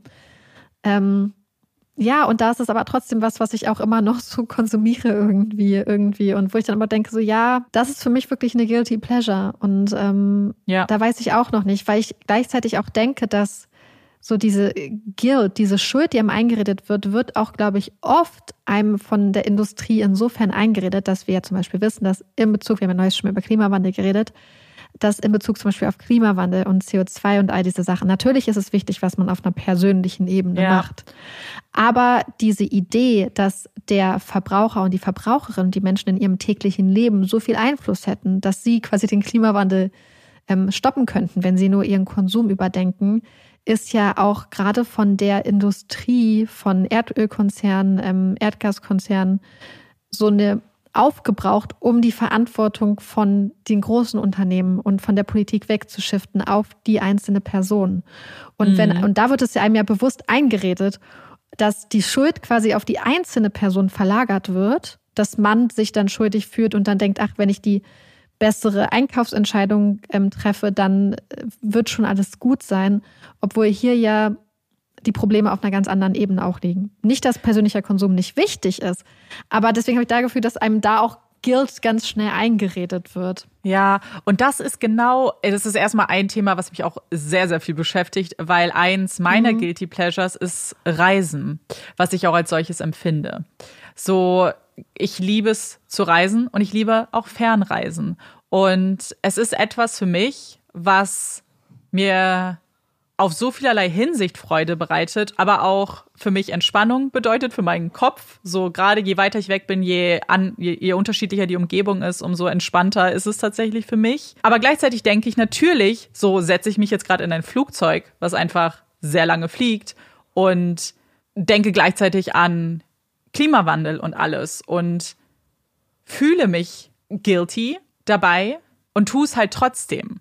Ja, und da ist es aber trotzdem was ich auch immer noch so konsumiere irgendwie. Und wo ich dann aber denke, so ja, das ist für mich wirklich eine Guilty Pleasure. Und da weiß ich auch noch nicht, weil ich gleichzeitig auch denke, dass so diese Guilt, diese Schuld, die einem eingeredet wird auch, glaube ich, oft einem von der Industrie insofern eingeredet, dass wir ja zum Beispiel wissen, dass wir haben ja neues schon mal über Klimawandel geredet, dass in Bezug zum Beispiel auf Klimawandel und CO2 und all diese Sachen, natürlich ist es wichtig, was man auf einer persönlichen Ebene macht. Aber diese Idee, dass der Verbraucher und die Verbraucherin, die Menschen in ihrem täglichen Leben so viel Einfluss hätten, dass sie quasi den Klimawandel stoppen könnten, wenn sie nur ihren Konsum überdenken, ist ja auch gerade von der Industrie, von Erdölkonzernen, Erdgaskonzernen so eine aufgebraucht, um die Verantwortung von den großen Unternehmen und von der Politik wegzuschiften auf die einzelne Person. Und und da wird es ja einem ja bewusst eingeredet, dass die Schuld quasi auf die einzelne Person verlagert wird, dass man sich dann schuldig fühlt und dann denkt, ach, wenn ich die bessere Einkaufsentscheidung treffe, dann wird schon alles gut sein, obwohl hier ja die Probleme auf einer ganz anderen Ebene auch liegen. Nicht, dass persönlicher Konsum nicht wichtig ist, aber deswegen habe ich da Gefühl, dass einem da auch Guilt ganz schnell eingeredet wird. Ja, und das ist erstmal ein Thema, was mich auch sehr, sehr viel beschäftigt, weil eins meiner Guilty Pleasures ist Reisen, was ich auch als solches empfinde. So, ich liebe es zu reisen und ich liebe auch Fernreisen. Und es ist etwas für mich, was mir auf so vielerlei Hinsicht Freude bereitet, aber auch für mich Entspannung bedeutet, für meinen Kopf. So gerade je weiter ich weg bin, je unterschiedlicher die Umgebung ist, umso entspannter ist es tatsächlich für mich. Aber gleichzeitig denke ich natürlich, so setze ich mich jetzt gerade in ein Flugzeug, was einfach sehr lange fliegt und denke gleichzeitig an Klimawandel und alles und fühle mich guilty dabei und tue es halt trotzdem.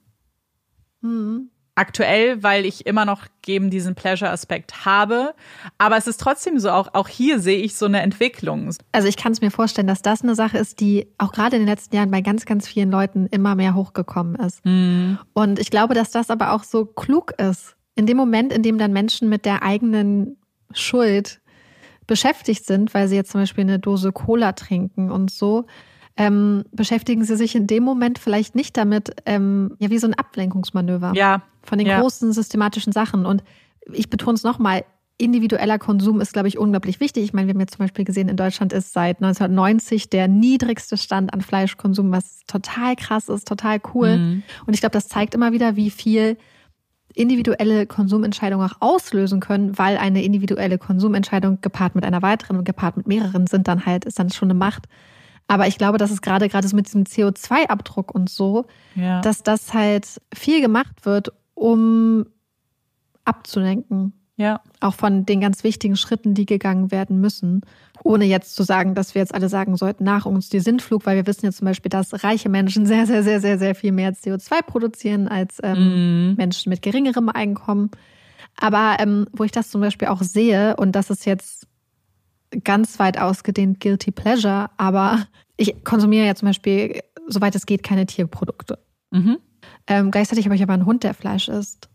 Aktuell, weil ich immer noch eben diesen Pleasure-Aspekt habe. Aber es ist trotzdem so, auch hier sehe ich so eine Entwicklung. Also ich kann es mir vorstellen, dass das eine Sache ist, die auch gerade in den letzten Jahren bei ganz, ganz vielen Leuten immer mehr hochgekommen ist. Und ich glaube, dass das aber auch so klug ist. In dem Moment, in dem dann Menschen mit der eigenen Schuld beschäftigt sind, weil sie jetzt zum Beispiel eine Dose Cola trinken und so, beschäftigen sie sich in dem Moment vielleicht nicht damit, wie so ein Ablenkungsmanöver von den großen systematischen Sachen. Und ich betone es nochmal, individueller Konsum ist, glaube ich, unglaublich wichtig. Ich meine, wir haben jetzt zum Beispiel gesehen, in Deutschland ist seit 1990 der niedrigste Stand an Fleischkonsum, was total krass ist, total cool. Und ich glaube, das zeigt immer wieder, wie viel individuelle Konsumentscheidungen auch auslösen können, weil eine individuelle Konsumentscheidung gepaart mit einer weiteren und gepaart mit mehreren ist dann schon eine Macht. Aber ich glaube, dass es gerade so mit diesem CO2-Abdruck und so, dass das halt viel gemacht wird, um abzulenken. Ja. Auch von den ganz wichtigen Schritten, die gegangen werden müssen. Ohne jetzt zu sagen, dass wir jetzt alle sagen sollten, nach uns die Sintflug, weil wir wissen jetzt zum Beispiel, dass reiche Menschen sehr, sehr, sehr, sehr, sehr viel mehr CO2 produzieren als Menschen mit geringerem Einkommen. Aber wo ich das zum Beispiel auch sehe, und das ist jetzt ganz weit ausgedehnt Guilty Pleasure, aber ich konsumiere ja zum Beispiel, soweit es geht, keine Tierprodukte. Gleichzeitig habe ich aber einen Hund, der Fleisch isst.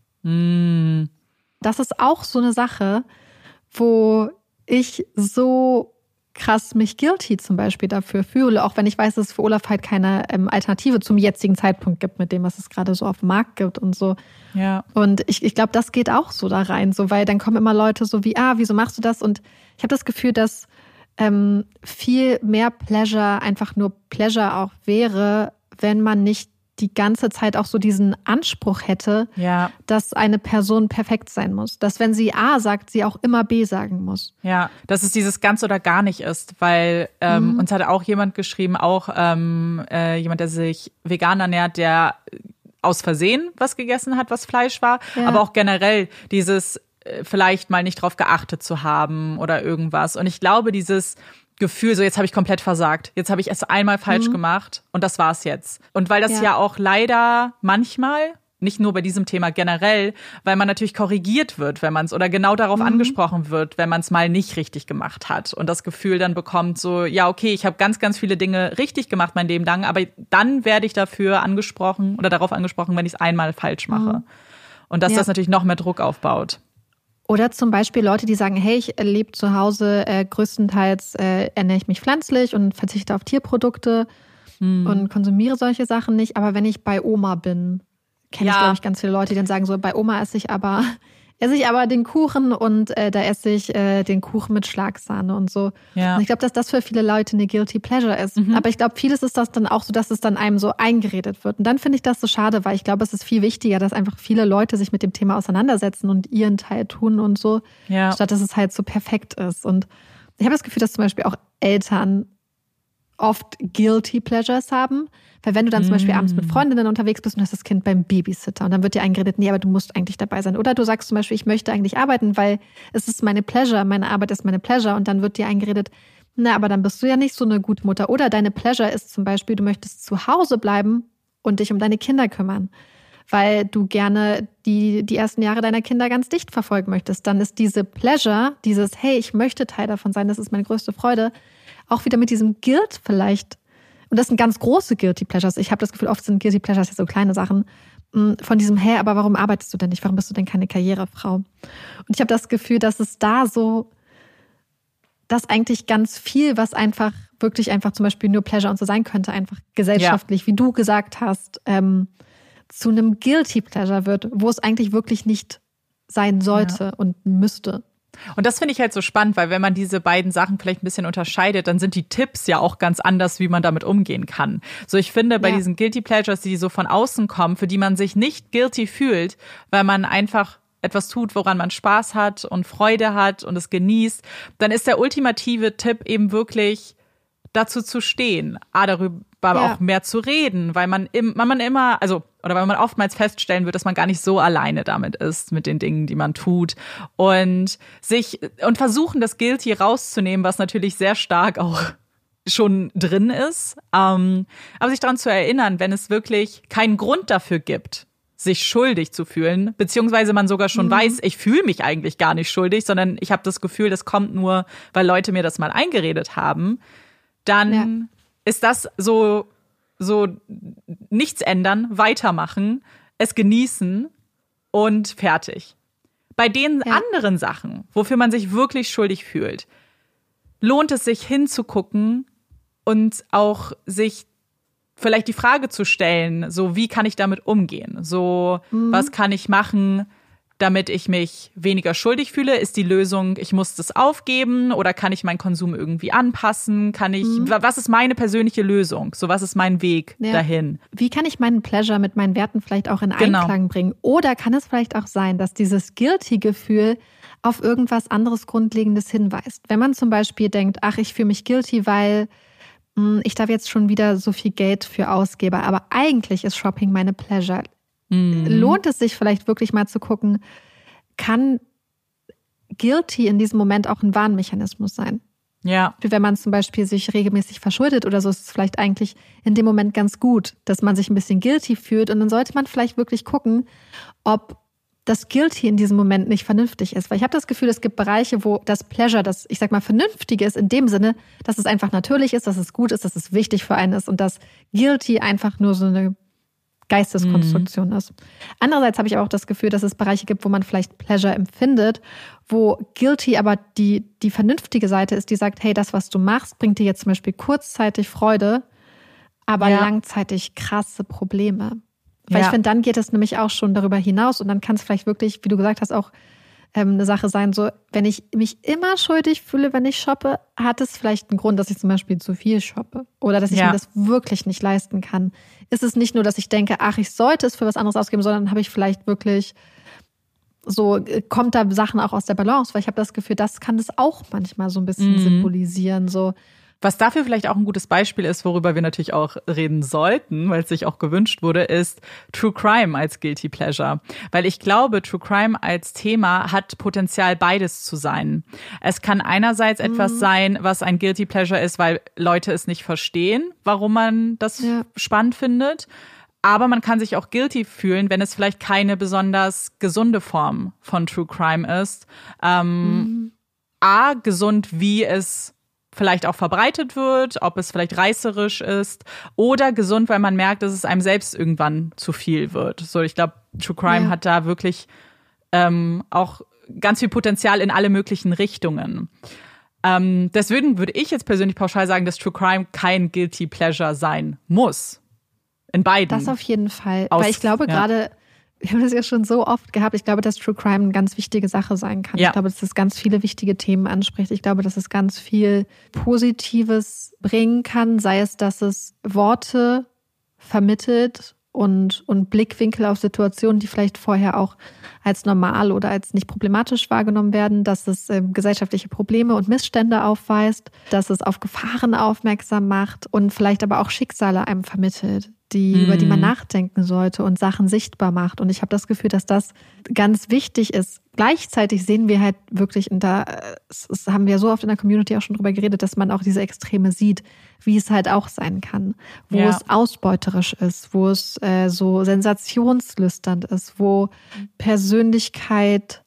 Das ist auch so eine Sache, wo ich so krass mich guilty zum Beispiel dafür fühle, auch wenn ich weiß, dass es für Olaf halt keine Alternative zum jetzigen Zeitpunkt gibt, mit dem, was es gerade so auf dem Markt gibt und so. Ja. Und ich glaube, das geht auch so da rein, so, weil dann kommen immer Leute so wie, wieso machst du das? Und ich habe das Gefühl, dass viel mehr Pleasure einfach nur Pleasure auch wäre, wenn man nicht die ganze Zeit auch so diesen Anspruch hätte, dass eine Person perfekt sein muss. Dass wenn sie A sagt, sie auch immer B sagen muss. Ja, dass es dieses ganz oder gar nicht ist, weil uns hatte auch jemand geschrieben, auch jemand, der sich vegan ernährt, der aus Versehen was gegessen hat, was Fleisch war, aber auch generell dieses vielleicht mal nicht drauf geachtet zu haben oder irgendwas. Und ich glaube, dieses Gefühl, so jetzt habe ich komplett versagt. Jetzt habe ich es einmal falsch gemacht und das war's jetzt. Und weil das ja auch leider manchmal nicht nur bei diesem Thema generell, weil man natürlich korrigiert wird, wenn man es oder genau darauf angesprochen wird, wenn man es mal nicht richtig gemacht hat und das Gefühl dann bekommt so, ja, okay, ich habe ganz, ganz viele Dinge richtig gemacht mein Leben lang, aber dann werde ich dafür angesprochen oder darauf angesprochen, wenn ich es einmal falsch mache. Und dass das natürlich noch mehr Druck aufbaut. Oder zum Beispiel Leute, die sagen, hey, ich lebe zu Hause, größtenteils ernähre ich mich pflanzlich und verzichte auf Tierprodukte und konsumiere solche Sachen nicht. Aber wenn ich bei Oma bin, kenne ich, glaube ich, ganz viele Leute, die dann sagen so, bei Oma esse ich aber den Kuchen und da esse ich den Kuchen mit Schlagsahne und so. Ja. Und ich glaube, dass das für viele Leute eine Guilty Pleasure ist. Aber ich glaube, vieles ist das dann auch so, dass es dann einem so eingeredet wird. Und dann finde ich das so schade, weil ich glaube, es ist viel wichtiger, dass einfach viele Leute sich mit dem Thema auseinandersetzen und ihren Teil tun und so, statt dass es halt so perfekt ist. Und ich habe das Gefühl, dass zum Beispiel auch Eltern oft Guilty Pleasures haben. Weil wenn du dann zum Beispiel abends mit Freundinnen unterwegs bist und hast das Kind beim Babysitter und dann wird dir eingeredet, nee, aber du musst eigentlich dabei sein. Oder du sagst zum Beispiel, ich möchte eigentlich arbeiten, weil es ist meine Pleasure, meine Arbeit ist meine Pleasure und dann wird dir eingeredet, na, aber dann bist du ja nicht so eine gute Mutter. Oder deine Pleasure ist zum Beispiel, du möchtest zu Hause bleiben und dich um deine Kinder kümmern, weil du gerne die ersten Jahre deiner Kinder ganz dicht verfolgen möchtest. Dann ist diese Pleasure, dieses, hey, ich möchte Teil davon sein, das ist meine größte Freude, auch wieder mit diesem Guilt vielleicht. Und das sind ganz große Guilty Pleasures. Ich habe das Gefühl, oft sind Guilty Pleasures ja so kleine Sachen. Von diesem, hey, aber warum arbeitest du denn nicht? Warum bist du denn keine Karrierefrau? Und ich habe das Gefühl, dass es da so, dass eigentlich ganz viel, was einfach, wirklich einfach zum Beispiel nur Pleasure und so sein könnte, einfach gesellschaftlich, wie du gesagt hast, zu einem Guilty Pleasure wird, wo es eigentlich wirklich nicht sein sollte und müsste. Und das finde ich halt so spannend, weil wenn man diese beiden Sachen vielleicht ein bisschen unterscheidet, dann sind die Tipps ja auch ganz anders, wie man damit umgehen kann. So, ich finde, bei diesen Guilty Pleasures, die so von außen kommen, für die man sich nicht guilty fühlt, weil man einfach etwas tut, woran man Spaß hat und Freude hat und es genießt, dann ist der ultimative Tipp eben wirklich, dazu zu stehen, darüber auch mehr zu reden, weil man immer, also oder weil man oftmals feststellen wird, dass man gar nicht so alleine damit ist, mit den Dingen, die man tut und versuchen, das Guilty rauszunehmen, was natürlich sehr stark auch schon drin ist, aber sich daran zu erinnern, wenn es wirklich keinen Grund dafür gibt, sich schuldig zu fühlen, beziehungsweise man sogar schon weiß, ich fühle mich eigentlich gar nicht schuldig, sondern ich habe das Gefühl, das kommt nur, weil Leute mir das mal eingeredet haben, dann ist das so nichts ändern, weitermachen, es genießen und fertig. Bei den anderen Sachen, wofür man sich wirklich schuldig fühlt, lohnt es sich hinzugucken und auch sich vielleicht die Frage zu stellen, so wie kann ich damit umgehen? So, was kann ich machen, damit ich mich weniger schuldig fühle? Ist die Lösung, ich muss das aufgeben oder kann ich meinen Konsum irgendwie anpassen? Was ist meine persönliche Lösung? So, was ist mein Weg dahin? Wie kann ich meinen Pleasure mit meinen Werten vielleicht auch in Einklang bringen? Oder kann es vielleicht auch sein, dass dieses Guilty-Gefühl auf irgendwas anderes Grundlegendes hinweist? Wenn man zum Beispiel denkt, ach, ich fühle mich guilty, weil ich darf jetzt schon wieder so viel Geld für ausgebe, aber eigentlich ist Shopping meine Pleasure. Lohnt es sich vielleicht wirklich mal zu gucken, kann Guilty in diesem Moment auch ein Warnmechanismus sein? Ja. Wenn man zum Beispiel sich regelmäßig verschuldet oder so, ist es vielleicht eigentlich in dem Moment ganz gut, dass man sich ein bisschen guilty fühlt und dann sollte man vielleicht wirklich gucken, ob das Guilty in diesem Moment nicht vernünftig ist. Weil ich habe das Gefühl, es gibt Bereiche, wo das Pleasure, das, ich sag mal, Vernünftige ist in dem Sinne, dass es einfach natürlich ist, dass es gut ist, dass es wichtig für einen ist und dass Guilty einfach nur so eine Geisteskonstruktion ist. Andererseits habe ich auch das Gefühl, dass es Bereiche gibt, wo man vielleicht Pleasure empfindet, wo Guilty aber die vernünftige Seite ist, die sagt, hey, das, was du machst, bringt dir jetzt zum Beispiel kurzzeitig Freude, aber langzeitig krasse Probleme. Weil ich finde, dann geht es nämlich auch schon darüber hinaus und dann kann es vielleicht wirklich, wie du gesagt hast, auch eine Sache sein, so, wenn ich mich immer schuldig fühle, wenn ich shoppe, hat es vielleicht einen Grund, dass ich zum Beispiel zu viel shoppe oder dass ich mir das wirklich nicht leisten kann. Ist es nicht nur, dass ich denke, ach, ich sollte es für was anderes ausgeben, sondern habe ich vielleicht wirklich so, kommt da Sachen auch aus der Balance, weil ich habe das Gefühl, das kann das auch manchmal so ein bisschen symbolisieren, so. Was dafür vielleicht auch ein gutes Beispiel ist, worüber wir natürlich auch reden sollten, weil es sich auch gewünscht wurde, ist True Crime als Guilty Pleasure. Weil ich glaube, True Crime als Thema hat Potenzial, beides zu sein. Es kann einerseits etwas sein, was ein Guilty Pleasure ist, weil Leute es nicht verstehen, warum man das spannend findet. Aber man kann sich auch guilty fühlen, wenn es vielleicht keine besonders gesunde Form von True Crime ist. A, gesund, wie es vielleicht auch verbreitet wird, ob es vielleicht reißerisch ist, oder gesund, weil man merkt, dass es einem selbst irgendwann zu viel wird. So, ich glaube, True Crime hat da wirklich auch ganz viel Potenzial in alle möglichen Richtungen. Deswegen würde ich jetzt persönlich pauschal sagen, dass True Crime kein Guilty Pleasure sein muss. In beiden. Das auf jeden Fall. Weil ich glaube gerade, wir haben das ja schon so oft gehabt, ich glaube, dass True Crime eine ganz wichtige Sache sein kann. Ja. Ich glaube, dass es ganz viele wichtige Themen anspricht. Ich glaube, dass es ganz viel Positives bringen kann, sei es, dass es Worte vermittelt und Blickwinkel auf Situationen, die vielleicht vorher auch als normal oder als nicht problematisch wahrgenommen werden, dass es gesellschaftliche Probleme und Missstände aufweist, dass es auf Gefahren aufmerksam macht und vielleicht aber auch Schicksale einem vermittelt, über die man nachdenken sollte und Sachen sichtbar macht. Und ich habe das Gefühl, dass das ganz wichtig ist. Gleichzeitig sehen wir halt wirklich, und das haben wir so oft in der Community auch schon drüber geredet, dass man auch diese Extreme sieht, wie es halt auch sein kann. Wo es ausbeuterisch ist, wo es so sensationslüsternd ist, wo Persönlichkeit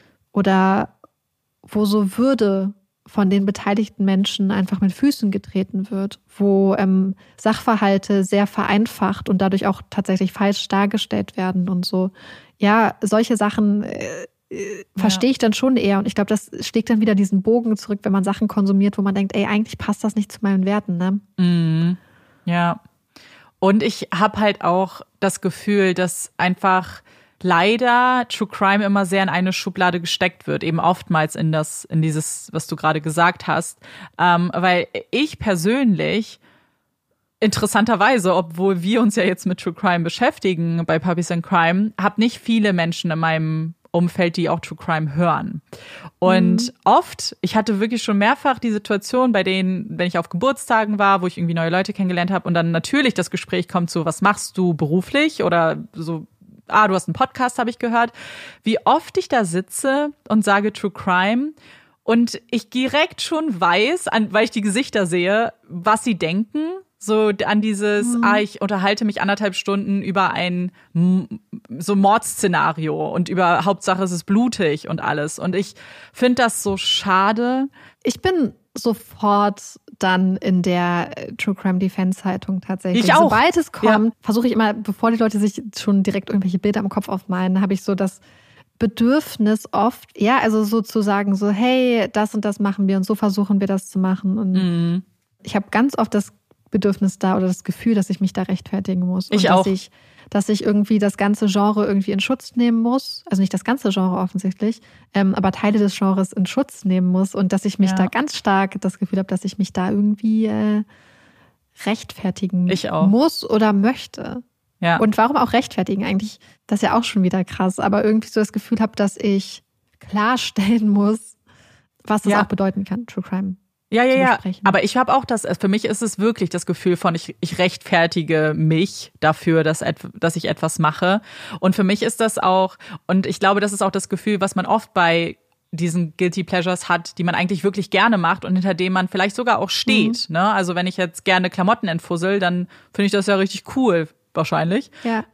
oder wo so Würde von den beteiligten Menschen einfach mit Füßen getreten wird, wo Sachverhalte sehr vereinfacht und dadurch auch tatsächlich falsch dargestellt werden und so. Ja, solche Sachen verstehe ich dann schon eher. Und ich glaube, das schlägt dann wieder diesen Bogen zurück, wenn man Sachen konsumiert, wo man denkt, ey, eigentlich passt das nicht zu meinen Werten, ne? Ja. Und ich habe halt auch das Gefühl, dass einfach leider True Crime immer sehr in eine Schublade gesteckt wird, eben oftmals in dieses, was du gerade gesagt hast. Weil ich persönlich interessanterweise, obwohl wir uns ja jetzt mit True Crime beschäftigen bei Puppies and Crime, habe nicht viele Menschen in meinem Umfeld, die auch True Crime hören. Und oft, ich hatte wirklich schon mehrfach die Situation, bei denen, wenn ich auf Geburtstagen war, wo ich irgendwie neue Leute kennengelernt habe und dann natürlich das Gespräch kommt so, was machst du beruflich oder so, du hast einen Podcast, habe ich gehört, wie oft ich da sitze und sage True Crime und ich direkt schon weiß, weil ich die Gesichter sehe, was sie denken. So an dieses, ich unterhalte mich 1,5 Stunden über ein so Mordszenario und über Hauptsache es ist blutig und alles. Und ich finde das so schade. Ich bin sofort dann in der True Crime Defense Haltung tatsächlich. Ich auch. Sobald es kommt, versuche ich immer, bevor die Leute sich schon direkt irgendwelche Bilder im Kopf aufmalen, habe ich so das Bedürfnis oft, also sozusagen so, hey, das und das machen wir und so versuchen wir das zu machen. Und ich habe ganz oft das Bedürfnis da oder das Gefühl, dass ich mich da rechtfertigen muss. Und ich auch. Dass ich irgendwie das ganze Genre irgendwie in Schutz nehmen muss. Also nicht das ganze Genre offensichtlich, aber Teile des Genres in Schutz nehmen muss. Und dass ich mich da ganz stark das Gefühl habe, dass ich mich da irgendwie rechtfertigen muss oder möchte. Ja. Und warum auch rechtfertigen? Eigentlich, das ist ja auch schon wieder krass. Aber irgendwie so das Gefühl habe, dass ich klarstellen muss, was das auch bedeuten kann, True Crime. Ja. Aber ich habe auch für mich ist es wirklich das Gefühl von, ich rechtfertige mich dafür, dass ich etwas mache. Und für mich ist das auch, und ich glaube, das ist auch das Gefühl, was man oft bei diesen Guilty Pleasures hat, die man eigentlich wirklich gerne macht und hinter dem man vielleicht sogar auch steht. Ne? Also wenn ich jetzt gerne Klamotten entfussel, dann finde ich das ja richtig cool, wahrscheinlich. Ja.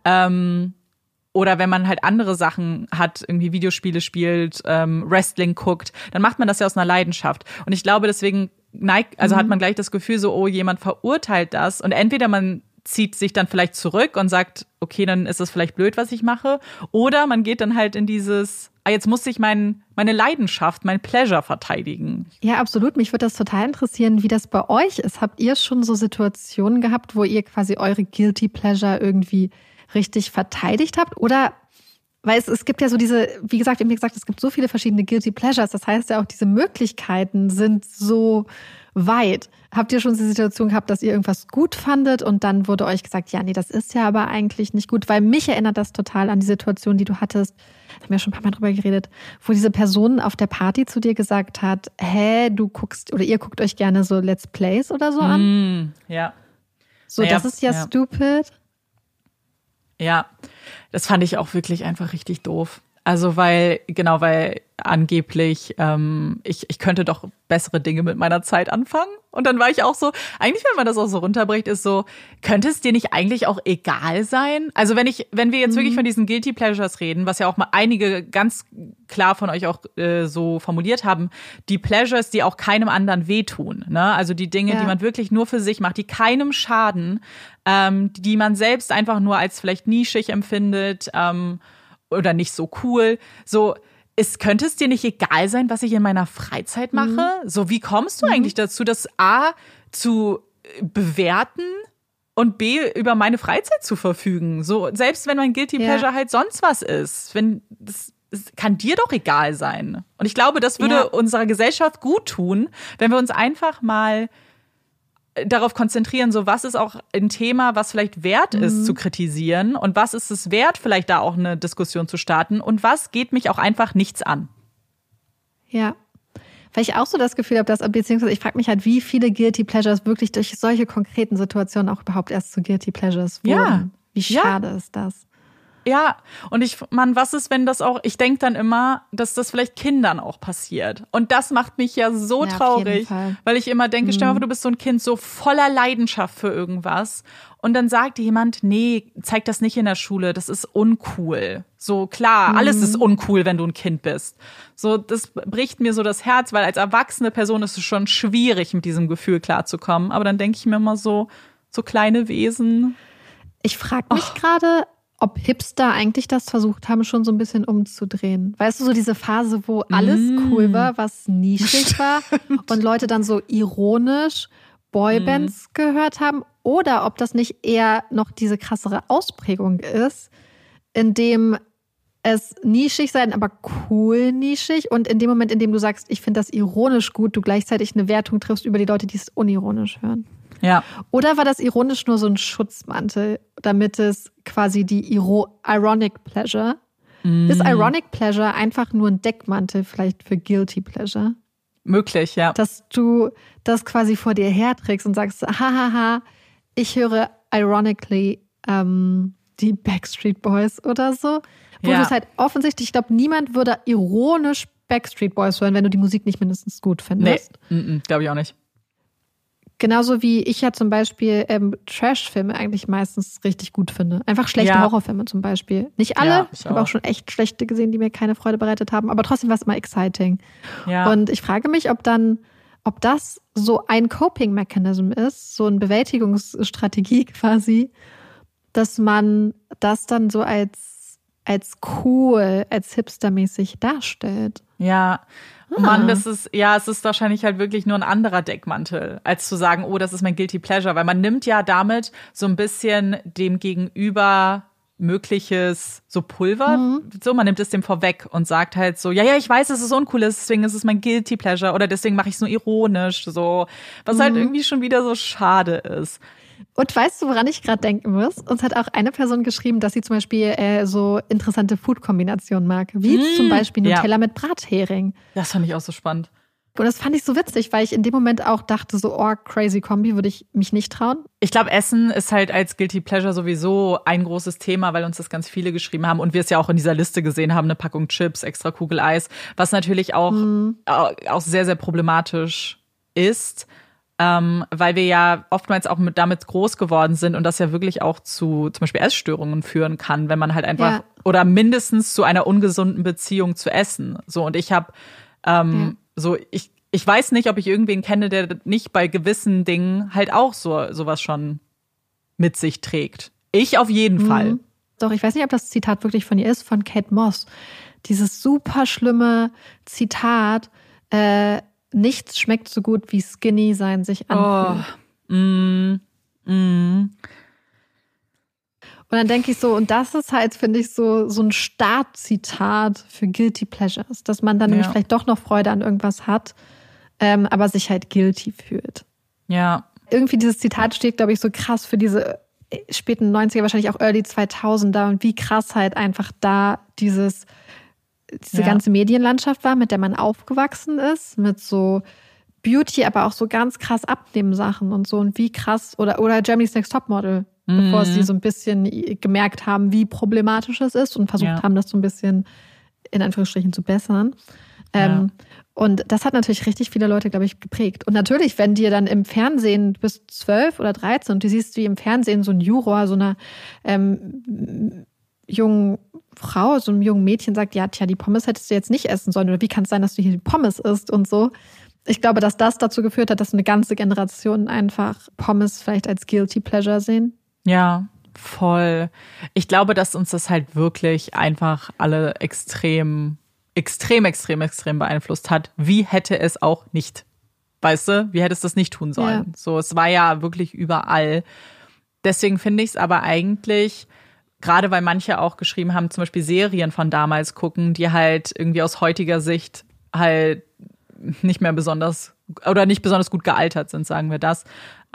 Oder wenn man halt andere Sachen hat, irgendwie Videospiele spielt, Wrestling guckt, dann macht man das ja aus einer Leidenschaft. Und ich glaube, deswegen hat man gleich das Gefühl so, oh, jemand verurteilt das. Und entweder man zieht sich dann vielleicht zurück und sagt, okay, dann ist es vielleicht blöd, was ich mache. Oder man geht dann halt in dieses, jetzt muss ich meine Leidenschaft, mein Pleasure verteidigen. Ja, absolut. Mich würde das total interessieren, wie das bei euch ist. Habt ihr schon so Situationen gehabt, wo ihr quasi eure Guilty Pleasure irgendwie richtig verteidigt habt? Oder, weil es gibt ja so diese, wie gesagt, es gibt so viele verschiedene Guilty Pleasures. Das heißt ja auch, diese Möglichkeiten sind so weit. Habt ihr schon die Situation gehabt, dass ihr irgendwas gut fandet und dann wurde euch gesagt, ja, nee, das ist ja aber eigentlich nicht gut? Weil mich erinnert das total an die Situation, die du hattest, da haben wir schon ein paar Mal drüber geredet, wo diese Person auf der Party zu dir gesagt hat, ihr guckt euch gerne so Let's Plays oder so an. Ja. So, das ist ja stupid. Ja, das fand ich auch wirklich einfach richtig doof. Also weil angeblich ich könnte doch bessere Dinge mit meiner Zeit anfangen. Und dann war ich auch so, eigentlich, wenn man das auch so runterbricht, ist so, könnte es dir nicht eigentlich auch egal sein? Also wenn wir jetzt wirklich von diesen Guilty Pleasures reden, was ja auch mal einige ganz klar von euch auch so formuliert haben, die Pleasures, die auch keinem anderen wehtun, ne? Also die Dinge, die man wirklich nur für sich macht, die keinem schaden, die man selbst einfach nur als vielleicht nischig empfindet, oder nicht so cool, so könnte es dir nicht egal sein, was ich in meiner Freizeit mache? So, wie kommst du eigentlich dazu, das A zu bewerten und B über meine Freizeit zu verfügen? So, selbst wenn mein Guilty Pleasure halt sonst was ist, das kann dir doch egal sein. Und ich glaube, das würde unserer Gesellschaft gut tun, wenn wir uns einfach mal darauf konzentrieren, so was ist auch ein Thema, was vielleicht wert ist zu kritisieren und was ist es wert, vielleicht da auch eine Diskussion zu starten und was geht mich auch einfach nichts an. Ja, weil ich auch so das Gefühl habe, beziehungsweise ich frage mich halt, wie viele Guilty Pleasures wirklich durch solche konkreten Situationen auch überhaupt erst zu Guilty Pleasures wurden. Ja. Wie schade ist das? Ja, und was ist, wenn das auch, ich denke dann immer, dass das vielleicht Kindern auch passiert. Und das macht mich ja so traurig, weil ich immer denke, stell dir mal vor, du bist so ein Kind so voller Leidenschaft für irgendwas. Und dann sagt jemand, nee, zeig das nicht in der Schule, das ist uncool. So, klar, alles ist uncool, wenn du ein Kind bist. So, das bricht mir so das Herz, weil als erwachsene Person ist es schon schwierig, mit diesem Gefühl klarzukommen. Aber dann denke ich mir immer so kleine Wesen. Ich frage mich gerade, ob Hipster eigentlich das versucht haben, schon so ein bisschen umzudrehen. Weißt du, so diese Phase, wo alles cool war, was nischig war und Leute dann so ironisch Boybands gehört haben. Oder ob das nicht eher noch diese krassere Ausprägung ist, in dem es nischig sein, aber cool nischig und in dem Moment, in dem du sagst, ich finde das ironisch gut, du gleichzeitig eine Wertung triffst über die Leute, die es unironisch hören. Ja. Oder war das ironisch nur so ein Schutzmantel, damit es quasi die Ironic Pleasure? Ist Ironic Pleasure einfach nur ein Deckmantel vielleicht für Guilty Pleasure? Möglich, ja. Dass du das quasi vor dir herträgst und sagst, hahaha, ich höre ironically die Backstreet Boys oder so. Wo du es halt offensichtlich, ich glaube, niemand würde ironisch Backstreet Boys hören, wenn du die Musik nicht mindestens gut findest. Nee, glaube ich auch nicht. Genauso wie ich ja zum Beispiel Trash-Filme eigentlich meistens richtig gut finde. Einfach schlechte Horrorfilme zum Beispiel. Nicht alle, ich habe auch schon echt schlechte gesehen, die mir keine Freude bereitet haben, aber trotzdem war es immer exciting. Ja. Und ich frage mich, ob das so ein Coping-Mechanism ist, so eine Bewältigungsstrategie quasi, dass man das dann so als cool, als hipstermäßig darstellt. Ja, Mann, es ist wahrscheinlich halt wirklich nur ein anderer Deckmantel, als zu sagen, oh, das ist mein Guilty Pleasure, weil man nimmt ja damit so ein bisschen dem Gegenüber mögliches so Pulver, so, man nimmt es dem vorweg und sagt halt so, ja, ich weiß, dass es uncool ist, deswegen ist es mein Guilty Pleasure oder deswegen mache ich es nur ironisch, so, was halt irgendwie schon wieder so schade ist. Und weißt du, woran ich gerade denken muss? Uns hat auch eine Person geschrieben, dass sie zum Beispiel so interessante Food-Kombinationen mag. Wie zum Beispiel Nutella mit Brathering. Das fand ich auch so spannend. Und das fand ich so witzig, weil ich in dem Moment auch dachte, so, oh, crazy Kombi, würde ich mich nicht trauen. Ich glaube, Essen ist halt als Guilty Pleasure sowieso ein großes Thema, weil uns das ganz viele geschrieben haben. Und wir es ja auch in dieser Liste gesehen haben, eine Packung Chips, extra Kugel Eis, was natürlich auch sehr, sehr problematisch ist. Weil wir ja oftmals auch damit groß geworden sind und das ja wirklich auch zu zum Beispiel Essstörungen führen kann, wenn man halt einfach oder mindestens zu einer ungesunden Beziehung zu Essen. So, und ich habe ich weiß nicht, ob ich irgendwen kenne, der nicht bei gewissen Dingen halt auch sowas schon mit sich trägt. Ich auf jeden Fall. Doch, ich weiß nicht, ob das Zitat wirklich von ihr ist, von Kate Moss. Dieses super schlimme Zitat, nichts schmeckt so gut, wie skinny sein sich anfühlt. Und dann denke ich so, und das ist halt, finde ich, so ein Startzitat für Guilty Pleasures, dass man dann nämlich vielleicht doch noch Freude an irgendwas hat, aber sich halt guilty fühlt. Ja. Irgendwie dieses Zitat steht, glaube ich, so krass für diese späten 90er, wahrscheinlich auch Early 2000er und wie krass halt einfach da diese ganze Medienlandschaft war, mit der man aufgewachsen ist, mit so Beauty, aber auch so ganz krass Abnehmen-Sachen und so und wie krass, oder Germany's Next Topmodel, bevor sie so ein bisschen gemerkt haben, wie problematisch es ist und versucht haben, das so ein bisschen in Anführungsstrichen zu bessern. Und das hat natürlich richtig viele Leute, glaube ich, geprägt. Und natürlich, wenn dir dann im Fernsehen, du bist 12 oder 13 und du siehst, wie im Fernsehen so ein Juror so einer jungen Frau, so einem jungen Mädchen sagt, ja, tja, die Pommes hättest du jetzt nicht essen sollen. Oder wie kann es sein, dass du hier die Pommes isst und so. Ich glaube, dass das dazu geführt hat, dass eine ganze Generation einfach Pommes vielleicht als Guilty Pleasure sehen. Ja, voll. Ich glaube, dass uns das halt wirklich einfach alle extrem beeinflusst hat. Wie hätte es auch nicht, weißt du, wie hätte es das nicht tun sollen? Ja. So, es war ja wirklich überall. Deswegen finde ich es aber eigentlich, gerade weil manche auch geschrieben haben, zum Beispiel Serien von damals gucken, die halt irgendwie aus heutiger Sicht halt nicht besonders gut gealtert sind, sagen wir das.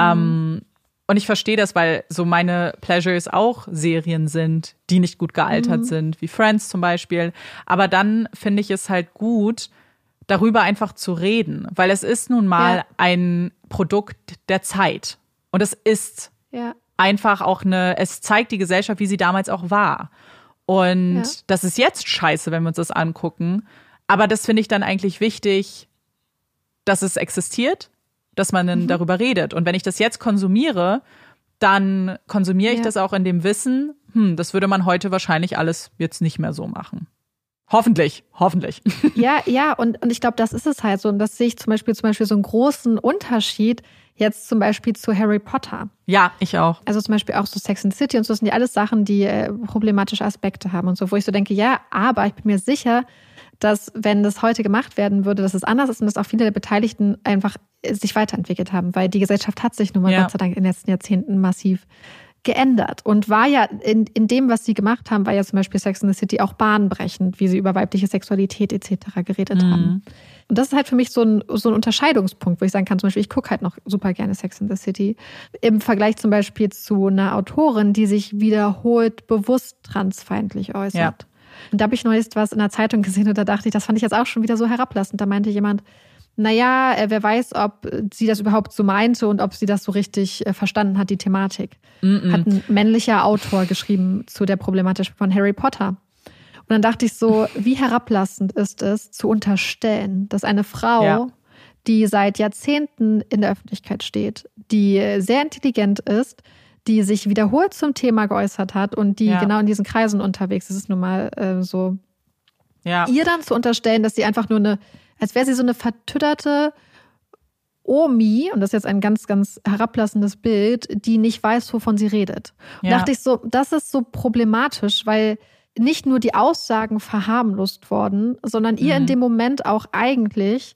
Und ich verstehe das, weil so meine Pleasures auch Serien sind, die nicht gut gealtert sind, wie Friends zum Beispiel. Aber dann finde ich es halt gut, darüber einfach zu reden, weil es ist nun mal ein Produkt der Zeit. Und es ist einfach auch es zeigt die Gesellschaft, wie sie damals auch war. Und das ist jetzt scheiße, wenn wir uns das angucken. Aber das finde ich dann eigentlich wichtig, dass es existiert, dass man dann darüber redet. Und wenn ich das jetzt konsumiere, dann konsumiere ich das auch in dem Wissen, das würde man heute wahrscheinlich alles jetzt nicht mehr so machen. Hoffentlich. Ja, und ich glaube, das ist es halt so. Und das sehe ich zum Beispiel so einen großen Unterschied jetzt zum Beispiel zu Harry Potter. Ja, ich auch. Also zum Beispiel auch so Sex and the City und so, das sind ja alles Sachen, die problematische Aspekte haben und so, wo ich so denke, ja, aber ich bin mir sicher, dass wenn das heute gemacht werden würde, dass es anders ist und dass auch viele der Beteiligten einfach sich weiterentwickelt haben, weil die Gesellschaft hat sich nun mal Gott sei Dank in den letzten Jahrzehnten massiv geändert und war ja in dem, was sie gemacht haben, war ja zum Beispiel Sex and the City auch bahnbrechend, wie sie über weibliche Sexualität etc. geredet haben. Und das ist halt für mich so ein Unterscheidungspunkt, wo ich sagen kann, zum Beispiel, ich gucke halt noch super gerne Sex and the City, im Vergleich zum Beispiel zu einer Autorin, die sich wiederholt bewusst transfeindlich äußert. Ja. Und da habe ich neulich was in der Zeitung gesehen und da dachte ich, das fand ich jetzt auch schon wieder so herablassend. Da meinte jemand, naja, wer weiß, ob sie das überhaupt so meinte und ob sie das so richtig verstanden hat, die Thematik. Hat ein männlicher Autor geschrieben zu der Problematik von Harry Potter. Und dann dachte ich so, wie herablassend ist es zu unterstellen, dass eine Frau, die seit Jahrzehnten in der Öffentlichkeit steht, die sehr intelligent ist, die sich wiederholt zum Thema geäußert hat und die genau in diesen Kreisen unterwegs ist, nun mal so. Ja. Ihr dann zu unterstellen, dass sie einfach nur als wäre sie so eine vertütterte Omi, und das ist jetzt ein ganz, ganz herablassendes Bild, die nicht weiß, wovon sie redet. Und dachte ich so, das ist so problematisch, weil nicht nur die Aussagen verharmlost worden, sondern ihr in dem Moment auch eigentlich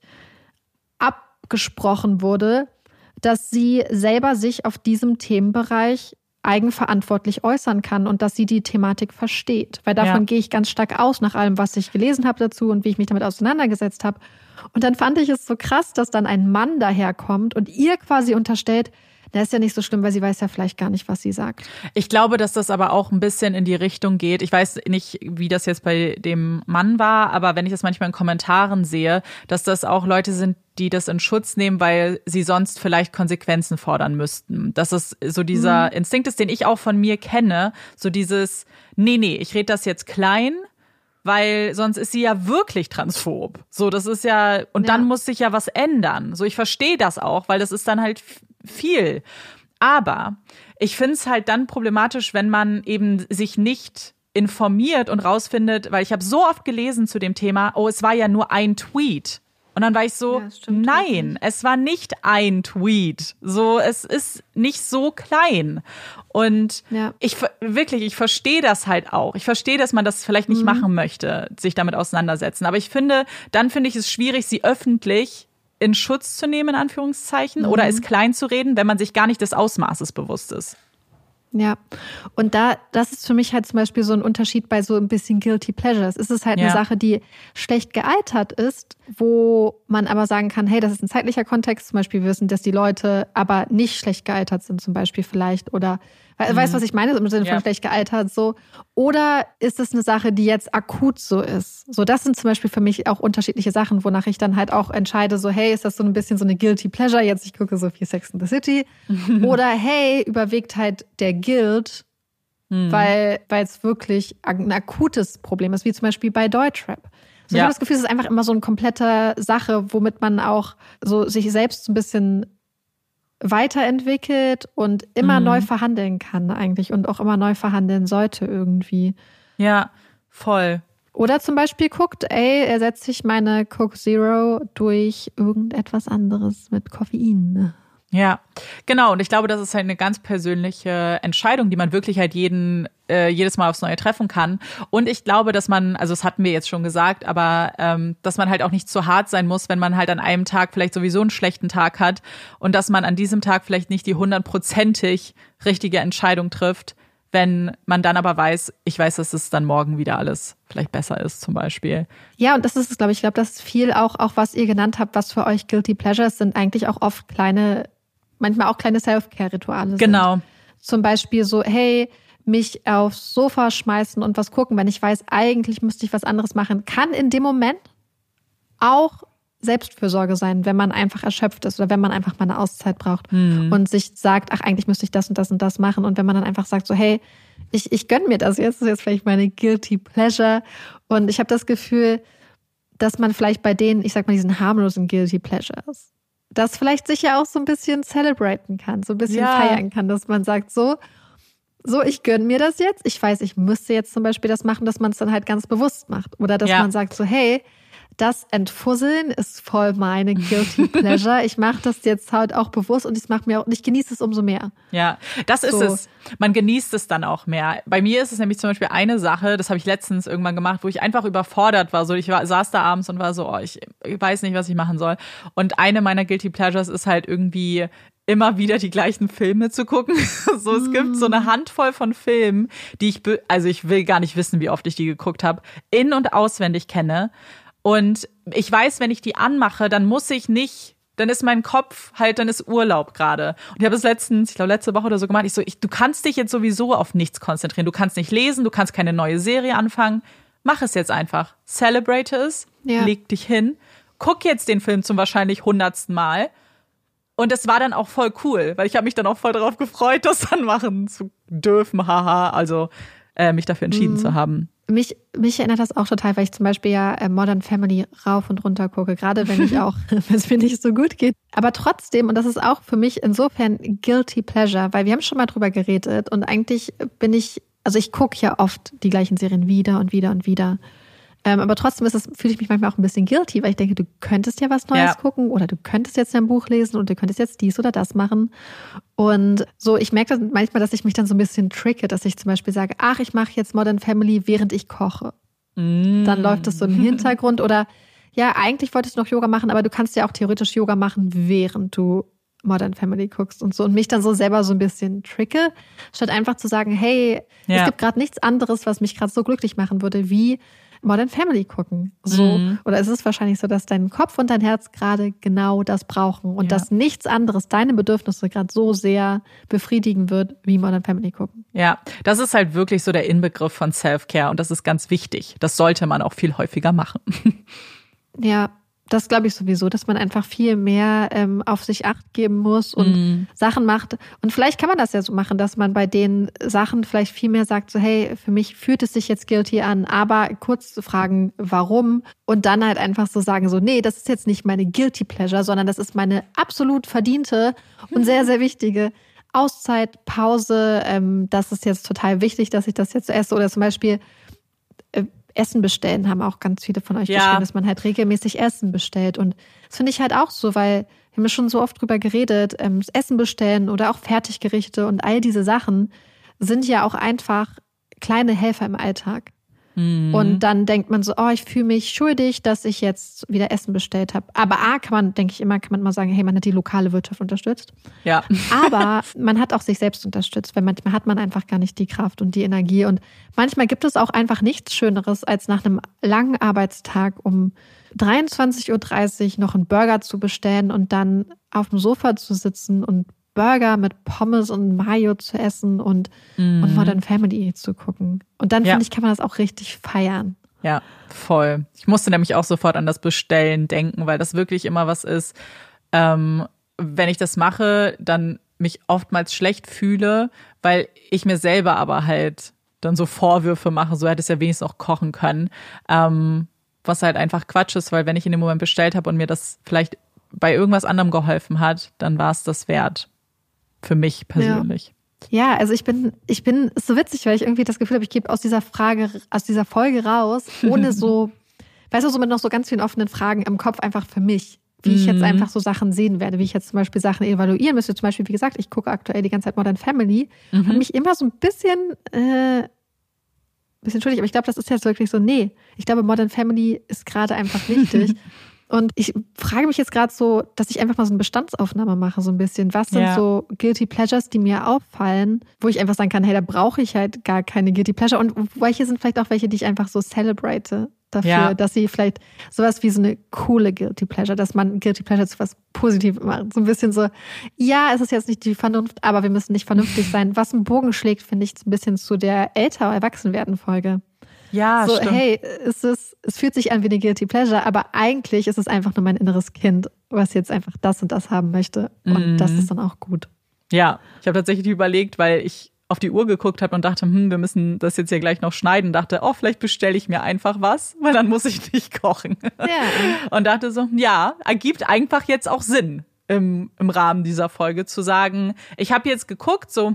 abgesprochen wurde, dass sie selber sich auf diesem Themenbereich eigenverantwortlich äußern kann und dass sie die Thematik versteht. Weil davon gehe ich ganz stark aus, nach allem, was ich gelesen habe dazu und wie ich mich damit auseinandergesetzt habe. Und dann fand ich es so krass, dass dann ein Mann daherkommt und ihr quasi unterstellt, das ist ja nicht so schlimm, weil sie weiß ja vielleicht gar nicht, was sie sagt. Ich glaube, dass das aber auch ein bisschen in die Richtung geht. Ich weiß nicht, wie das jetzt bei dem Mann war, aber wenn ich das manchmal in Kommentaren sehe, dass das auch Leute sind, die das in Schutz nehmen, weil sie sonst vielleicht Konsequenzen fordern müssten. Dass es so dieser Instinkt ist, den ich auch von mir kenne, so dieses, nee, ich rede das jetzt klein, weil sonst ist sie ja wirklich transphob. So, das ist ja, und dann muss sich ja was ändern. So, ich verstehe das auch, weil das ist dann halt viel. Aber ich finde es halt dann problematisch, wenn man eben sich nicht informiert und rausfindet, weil ich habe so oft gelesen zu dem Thema, es war ja nur ein Tweet. Und dann war ich so, nein, es war nicht ein Tweet. So, es ist nicht so klein. Und ich verstehe das halt auch. Ich verstehe, dass man das vielleicht nicht machen möchte, sich damit auseinandersetzen. Aber dann finde ich es schwierig, sie öffentlich in Schutz zu nehmen, in Anführungszeichen, oder es klein zu reden, wenn man sich gar nicht des Ausmaßes bewusst ist. Ja, und das ist für mich halt zum Beispiel so ein Unterschied bei so ein bisschen Guilty Pleasures. Es ist halt eine Sache, die schlecht gealtert ist, wo man aber sagen kann, hey, das ist ein zeitlicher Kontext. Zum Beispiel, wir wissen, dass die Leute aber nicht schlecht gealtert sind, zum Beispiel vielleicht, oder weißt du, was ich meine, im Sinne von schlecht gealtert, so. Oder ist es eine Sache, die jetzt akut so ist? So, das sind zum Beispiel für mich auch unterschiedliche Sachen, wonach ich dann halt auch entscheide, so, hey, ist das so ein bisschen so eine Guilty Pleasure? Jetzt, ich gucke so viel Sex and the City. Oder, hey, überwiegt halt der Guilt, weil es wirklich ein akutes Problem ist, wie zum Beispiel bei Deutschrap. So, ich habe das Gefühl, es ist einfach immer so eine komplette Sache, womit man auch so sich selbst so ein bisschen weiterentwickelt und immer neu verhandeln kann eigentlich und auch immer neu verhandeln sollte irgendwie. Ja, voll. Oder zum Beispiel guckt, ersetze ich meine Coke Zero durch irgendetwas anderes mit Koffein. Ja, genau. Und ich glaube, das ist halt eine ganz persönliche Entscheidung, die man wirklich halt jedes Mal aufs Neue treffen kann. Und ich glaube, dass man, also das hatten wir jetzt schon gesagt, aber dass man halt auch nicht zu hart sein muss, wenn man halt an einem Tag vielleicht sowieso einen schlechten Tag hat und dass man an diesem Tag vielleicht nicht die 100%ig richtige Entscheidung trifft, wenn man dann aber weiß, ich weiß, dass es dann morgen wieder alles vielleicht besser ist zum Beispiel. Ja, und das ist es, glaube ich. Ich glaube, das ist viel auch was ihr genannt habt, was für euch Guilty Pleasures sind, eigentlich auch oft manchmal auch kleine Self-Care-Rituale sind. Genau. Zum Beispiel so, hey, mich aufs Sofa schmeißen und was gucken, wenn ich weiß, eigentlich müsste ich was anderes machen, kann in dem Moment auch Selbstfürsorge sein, wenn man einfach erschöpft ist oder wenn man einfach mal eine Auszeit braucht und sich sagt, ach, eigentlich müsste ich das und das und das machen. Und wenn man dann einfach sagt so, hey, ich gönne mir das jetzt, das ist jetzt vielleicht meine Guilty Pleasure. Und ich habe das Gefühl, dass man vielleicht bei denen, ich sag mal, diesen harmlosen Guilty Pleasures, das vielleicht sich ja auch so ein bisschen celebraten kann, so ein bisschen feiern kann, dass man sagt so, ich gönne mir das jetzt. Ich weiß, ich müsste jetzt zum Beispiel das machen, dass man es dann halt ganz bewusst macht. Oder dass man sagt so, hey, das Entfusseln ist voll meine Guilty Pleasure. Ich mache das jetzt halt auch bewusst und ich genieße es umso mehr. Ja, das ist es. Man genießt es dann auch mehr. Bei mir ist es nämlich zum Beispiel eine Sache, das habe ich letztens irgendwann gemacht, wo ich einfach überfordert war. So, saß da abends und war so, ich weiß nicht, was ich machen soll. Und eine meiner Guilty Pleasures ist halt irgendwie immer wieder die gleichen Filme zu gucken. So, es gibt so eine Handvoll von Filmen, die ich will gar nicht wissen, wie oft ich die geguckt habe, in- und auswendig kenne. Und ich weiß, wenn ich die anmache, dann ist mein Kopf halt, dann ist Urlaub gerade. Und ich habe es letztens, ich glaube letzte Woche oder so gemacht, du kannst dich jetzt sowieso auf nichts konzentrieren. Du kannst nicht lesen, du kannst keine neue Serie anfangen. Mach es jetzt einfach. Celebrate es, leg dich hin, guck jetzt den Film zum wahrscheinlich 100. Mal. Und das war dann auch voll cool, weil ich habe mich dann auch voll darauf gefreut, das dann machen zu dürfen, haha, also mich dafür entschieden zu haben. Mich erinnert das auch total, weil ich zum Beispiel ja Modern Family rauf und runter gucke, gerade wenn es mir nicht so gut geht. Aber trotzdem, und das ist auch für mich insofern Guilty Pleasure, weil wir haben schon mal drüber geredet und eigentlich ich gucke ja oft die gleichen Serien wieder und wieder und wieder. Aber trotzdem fühle ich mich manchmal auch ein bisschen guilty, weil ich denke, du könntest ja was Neues gucken oder du könntest jetzt ein Buch lesen und du könntest jetzt dies oder das machen. Und so, ich merke das manchmal, dass ich mich dann so ein bisschen tricke, dass ich zum Beispiel sage, ach, ich mache jetzt Modern Family, während ich koche. Dann läuft das so im Hintergrund oder ja, eigentlich wolltest du noch Yoga machen, aber du kannst ja auch theoretisch Yoga machen, während du Modern Family guckst und so und mich dann so selber so ein bisschen tricke, statt einfach zu sagen, hey, es gibt gerade nichts anderes, was mich gerade so glücklich machen würde, wie Modern Family gucken. So. Oder es ist wahrscheinlich so, dass dein Kopf und dein Herz gerade genau das brauchen und dass nichts anderes deine Bedürfnisse gerade so sehr befriedigen wird, wie Modern Family gucken. Ja, das ist halt wirklich so der Inbegriff von Self-Care und das ist ganz wichtig. Das sollte man auch viel häufiger machen. Ja, das glaube ich sowieso, dass man einfach viel mehr auf sich Acht geben muss und Sachen macht. Und vielleicht kann man das ja so machen, dass man bei den Sachen vielleicht viel mehr sagt, so hey, für mich fühlt es sich jetzt guilty an, aber kurz zu fragen, warum? Und dann halt einfach so sagen, so nee, das ist jetzt nicht meine Guilty Pleasure, sondern das ist meine absolut verdiente und sehr, sehr wichtige Auszeit, Pause. Das ist jetzt total wichtig, dass ich das jetzt esse. Oder zum Beispiel Essen bestellen, haben auch ganz viele von euch geschrieben, dass man halt regelmäßig Essen bestellt. Und das finde ich halt auch so, weil wir haben ja schon so oft drüber geredet, das Essen bestellen oder auch Fertiggerichte und all diese Sachen sind ja auch einfach kleine Helfer im Alltag. Und dann denkt man so, ich fühle mich schuldig, dass ich jetzt wieder Essen bestellt habe. Aber kann man mal sagen, hey, man hat die lokale Wirtschaft unterstützt. Ja. Aber man hat auch sich selbst unterstützt, weil manchmal hat man einfach gar nicht die Kraft und die Energie. Und manchmal gibt es auch einfach nichts Schöneres, als nach einem langen Arbeitstag um 23:30 Uhr noch einen Burger zu bestellen und dann auf dem Sofa zu sitzen und Burger mit Pommes und Mayo zu essen und Modern Family zu gucken. Und dann, finde ich, kann man das auch richtig feiern. Ja, voll. Ich musste nämlich auch sofort an das Bestellen denken, weil das wirklich immer was ist. Wenn ich das mache, dann mich oftmals schlecht fühle, weil ich mir selber aber halt dann so Vorwürfe mache, so hätte es ja wenigstens auch kochen können. Was halt einfach Quatsch ist, weil wenn ich in dem Moment bestellt habe und mir das vielleicht bei irgendwas anderem geholfen hat, dann war es das wert. Für mich persönlich. Ja, also ich bin ist so witzig, weil ich irgendwie das Gefühl habe, ich gebe aus dieser Folge raus, ohne so, weißt du, so mit noch so ganz vielen offenen Fragen im Kopf einfach für mich, wie ich jetzt einfach so Sachen sehen werde, wie ich jetzt zum Beispiel Sachen evaluieren müsste. Zum Beispiel, wie gesagt, ich gucke aktuell die ganze Zeit Modern Family und mich immer so ein bisschen schuldig, aber ich glaube, das ist jetzt wirklich so, nee, ich glaube, Modern Family ist gerade einfach wichtig. Und ich frage mich jetzt gerade so, dass ich einfach mal so eine Bestandsaufnahme mache, so ein bisschen. Was sind so Guilty Pleasures, die mir auffallen, wo ich einfach sagen kann, hey, da brauche ich halt gar keine Guilty Pleasure. Und welche sind vielleicht auch welche, die ich einfach so celebrate dafür, dass sie vielleicht sowas wie so eine coole Guilty Pleasure, dass man Guilty Pleasure zu was Positivem macht. So ein bisschen so, ja, es ist jetzt nicht die Vernunft, aber wir müssen nicht vernünftig sein. Was einen Bogen schlägt, finde ich, ein bisschen zu der Erwachsenwerden-Folge. Ja, so, stimmt. Hey, es fühlt sich an wie eine Guilty Pleasure, aber eigentlich ist es einfach nur mein inneres Kind, was jetzt einfach das und das haben möchte. Und das ist dann auch gut. Ja, ich habe tatsächlich überlegt, weil ich auf die Uhr geguckt habe und dachte, wir müssen das jetzt hier gleich noch schneiden. Dachte, vielleicht bestelle ich mir einfach was, weil dann muss ich nicht kochen. Ja. Und dachte so, ja, ergibt einfach jetzt auch Sinn im Rahmen dieser Folge zu sagen, ich habe jetzt geguckt, so,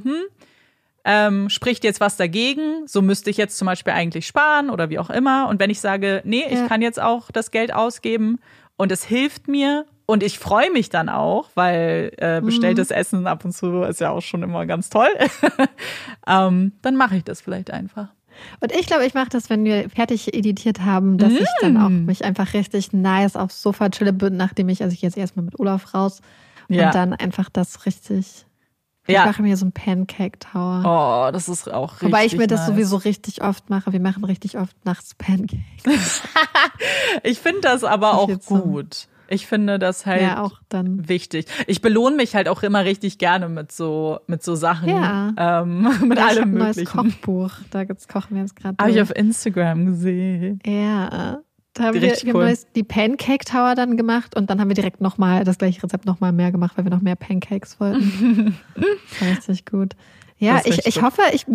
spricht jetzt was dagegen, so müsste ich jetzt zum Beispiel eigentlich sparen oder wie auch immer. Und wenn ich sage, nee, ich kann jetzt auch das Geld ausgeben und es hilft mir und ich freue mich dann auch, weil bestelltes Essen ab und zu ist ja auch schon immer ganz toll, dann mache ich das vielleicht einfach. Und ich glaube, ich mache das, wenn wir fertig editiert haben, dass ich dann auch mich einfach richtig nice aufs Sofa chille bin, nachdem ich jetzt erstmal mit Olaf raus und dann einfach das richtig... Ich mache mir so einen Pancake-Tower. Oh, das ist auch richtig Wobei ich mir das nice. Sowieso richtig oft mache. Wir machen richtig oft nachts Pancakes. Ich finde das aber auch gut. Ich finde das halt auch dann wichtig. Ich belohne mich halt auch immer richtig gerne mit so Sachen. Ja. Mit allem Möglichen. Ein neues Kochbuch. Da kochen wir jetzt gerade. Habe ich auf Instagram gesehen. Ja. Da haben wir haben die Pancake Tower dann gemacht und dann haben wir direkt nochmal das gleiche Rezept nochmal mehr gemacht, weil wir noch mehr Pancakes wollten. Das war richtig gut. Ja, ich hoffe, ich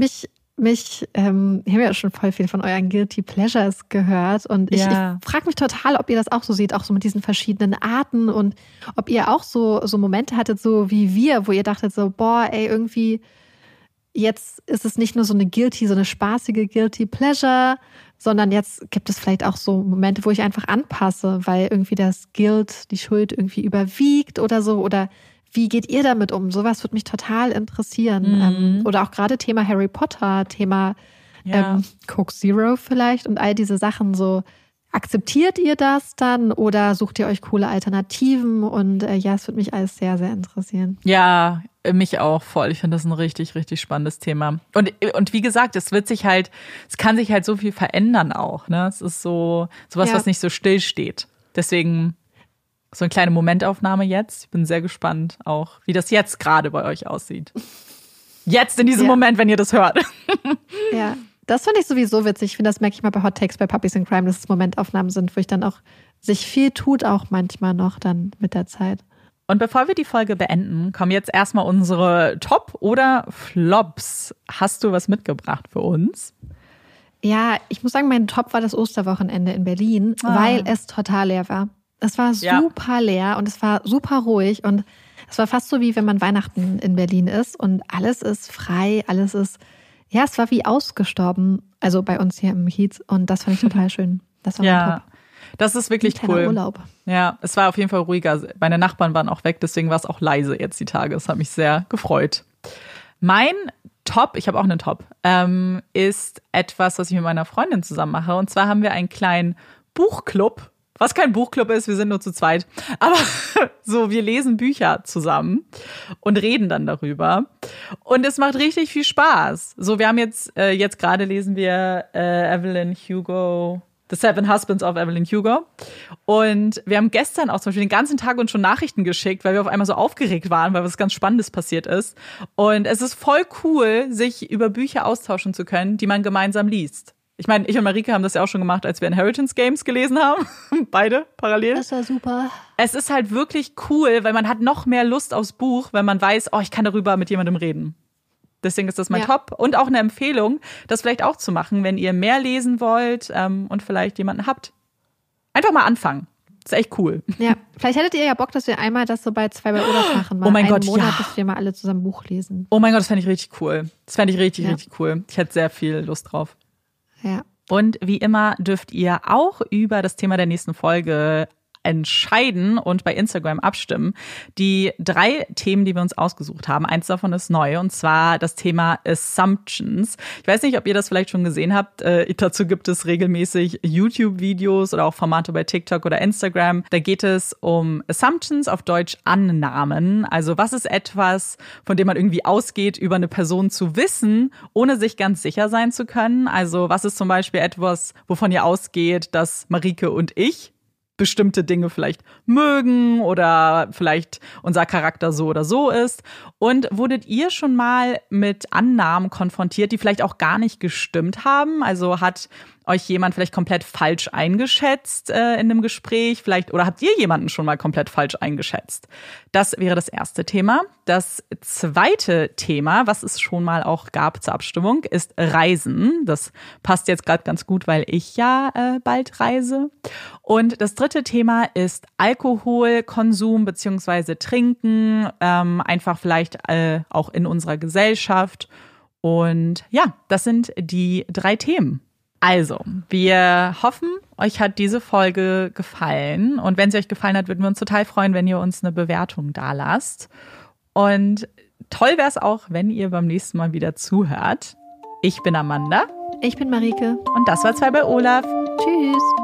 habe ja schon voll viel von euren Guilty Pleasures gehört und ich frage mich total, ob ihr das auch so seht, auch so mit diesen verschiedenen Arten und ob ihr auch so Momente hattet, so wie wir, wo ihr dachtet so, boah, ey, irgendwie jetzt ist es nicht nur so eine spaßige Guilty Pleasure, sondern jetzt gibt es vielleicht auch so Momente, wo ich einfach anpasse, weil irgendwie das Guilt, die Schuld irgendwie überwiegt oder so. Oder wie geht ihr damit um? Sowas würde mich total interessieren. Oder auch gerade Thema Harry Potter, Thema Coke Zero vielleicht und all diese Sachen so. Akzeptiert ihr das dann oder sucht ihr euch coole Alternativen? Und es würde mich alles sehr, sehr interessieren. Ja, mich auch voll. Ich finde das ein richtig, richtig spannendes Thema. Und wie gesagt, es kann sich halt so viel verändern auch. Ne? Es ist sowas, was nicht so still steht. Deswegen so eine kleine Momentaufnahme jetzt. Ich bin sehr gespannt auch, wie das jetzt gerade bei euch aussieht. Jetzt in diesem Moment, wenn ihr das hört. Ja. Das fand ich sowieso witzig. Ich finde, das merke ich mal bei Hot Takes bei Puppies in Crime, dass es Momentaufnahmen sind, wo ich dann auch sich viel tut, auch manchmal noch dann mit der Zeit. Und bevor wir die Folge beenden, kommen jetzt erstmal unsere Top oder Flops. Hast du was mitgebracht für uns? Ja, ich muss sagen, mein Top war das Osterwochenende in Berlin, weil es total leer war. Es war super leer und es war super ruhig und es war fast so, wie wenn man Weihnachten in Berlin ist und alles ist frei, alles ist... Ja, es war wie ausgestorben, also bei uns hier im Kiez und das fand ich total schön. Das war mein Top. Das ist wirklich cool. Urlaub. Ja, es war auf jeden Fall ruhiger. Meine Nachbarn waren auch weg, deswegen war es auch leise jetzt die Tage. Das hat mich sehr gefreut. Mein Top, ich habe auch einen Top, ist etwas, was ich mit meiner Freundin zusammen mache. Und zwar haben wir einen kleinen Buchclub. Was kein Buchclub ist, wir sind nur zu zweit. Aber so, wir lesen Bücher zusammen und reden dann darüber. Und es macht richtig viel Spaß. So, wir haben jetzt gerade lesen wir Evelyn Hugo, The Seven Husbands of Evelyn Hugo. Und wir haben gestern auch zum Beispiel den ganzen Tag uns schon Nachrichten geschickt, weil wir auf einmal so aufgeregt waren, weil was ganz Spannendes passiert ist. Und es ist voll cool, sich über Bücher austauschen zu können, die man gemeinsam liest. Ich meine, ich und Marike haben das ja auch schon gemacht, als wir Inheritance Games gelesen haben. Beide parallel. Das war super. Es ist halt wirklich cool, weil man hat noch mehr Lust aufs Buch, wenn man weiß, ich kann darüber mit jemandem reden. Deswegen ist das mein Top. Und auch eine Empfehlung, das vielleicht auch zu machen, wenn ihr mehr lesen wollt und vielleicht jemanden habt. Einfach mal anfangen. Das ist echt cool. Ja, vielleicht hättet ihr ja Bock, dass wir einmal das so bei 2 bei Olaf machen. Oh mein Gott, Monat, dass wir mal alle zusammen Buch lesen. Oh mein Gott, das fände ich richtig cool. Das fände ich richtig cool. Ich hätte sehr viel Lust drauf. Ja. Und wie immer dürft ihr auch über das Thema der nächsten Folge entscheiden und bei Instagram abstimmen. Die 3 Themen, die wir uns ausgesucht haben, eins davon ist neu, und zwar das Thema Assumptions. Ich weiß nicht, ob ihr das vielleicht schon gesehen habt. Dazu gibt es regelmäßig YouTube-Videos oder auch Formate bei TikTok oder Instagram. Da geht es um Assumptions, auf Deutsch Annahmen. Also was ist etwas, von dem man irgendwie ausgeht, über eine Person zu wissen, ohne sich ganz sicher sein zu können? Also was ist zum Beispiel etwas, wovon ihr ausgeht, dass Marike und ich bestimmte Dinge vielleicht mögen oder vielleicht unser Charakter so oder so ist. Und wurdet ihr schon mal mit Annahmen konfrontiert, die vielleicht auch gar nicht gestimmt haben? Also hat euch jemand vielleicht komplett falsch eingeschätzt in einem Gespräch? Vielleicht, oder habt ihr jemanden schon mal komplett falsch eingeschätzt? Das wäre das erste Thema. Das zweite Thema, was es schon mal auch gab zur Abstimmung, ist Reisen. Das passt jetzt gerade ganz gut, weil ich ja bald reise. Und das dritte Thema ist Alkoholkonsum bzw. Trinken, einfach vielleicht auch in unserer Gesellschaft. Und ja, das sind die 3 Themen. Also, wir hoffen, euch hat diese Folge gefallen. Und wenn sie euch gefallen hat, würden wir uns total freuen, wenn ihr uns eine Bewertung dalasst. Und toll wäre es auch, wenn ihr beim nächsten Mal wieder zuhört. Ich bin Amanda. Ich bin Marike. Und das war 2 bei Olaf. Tschüss.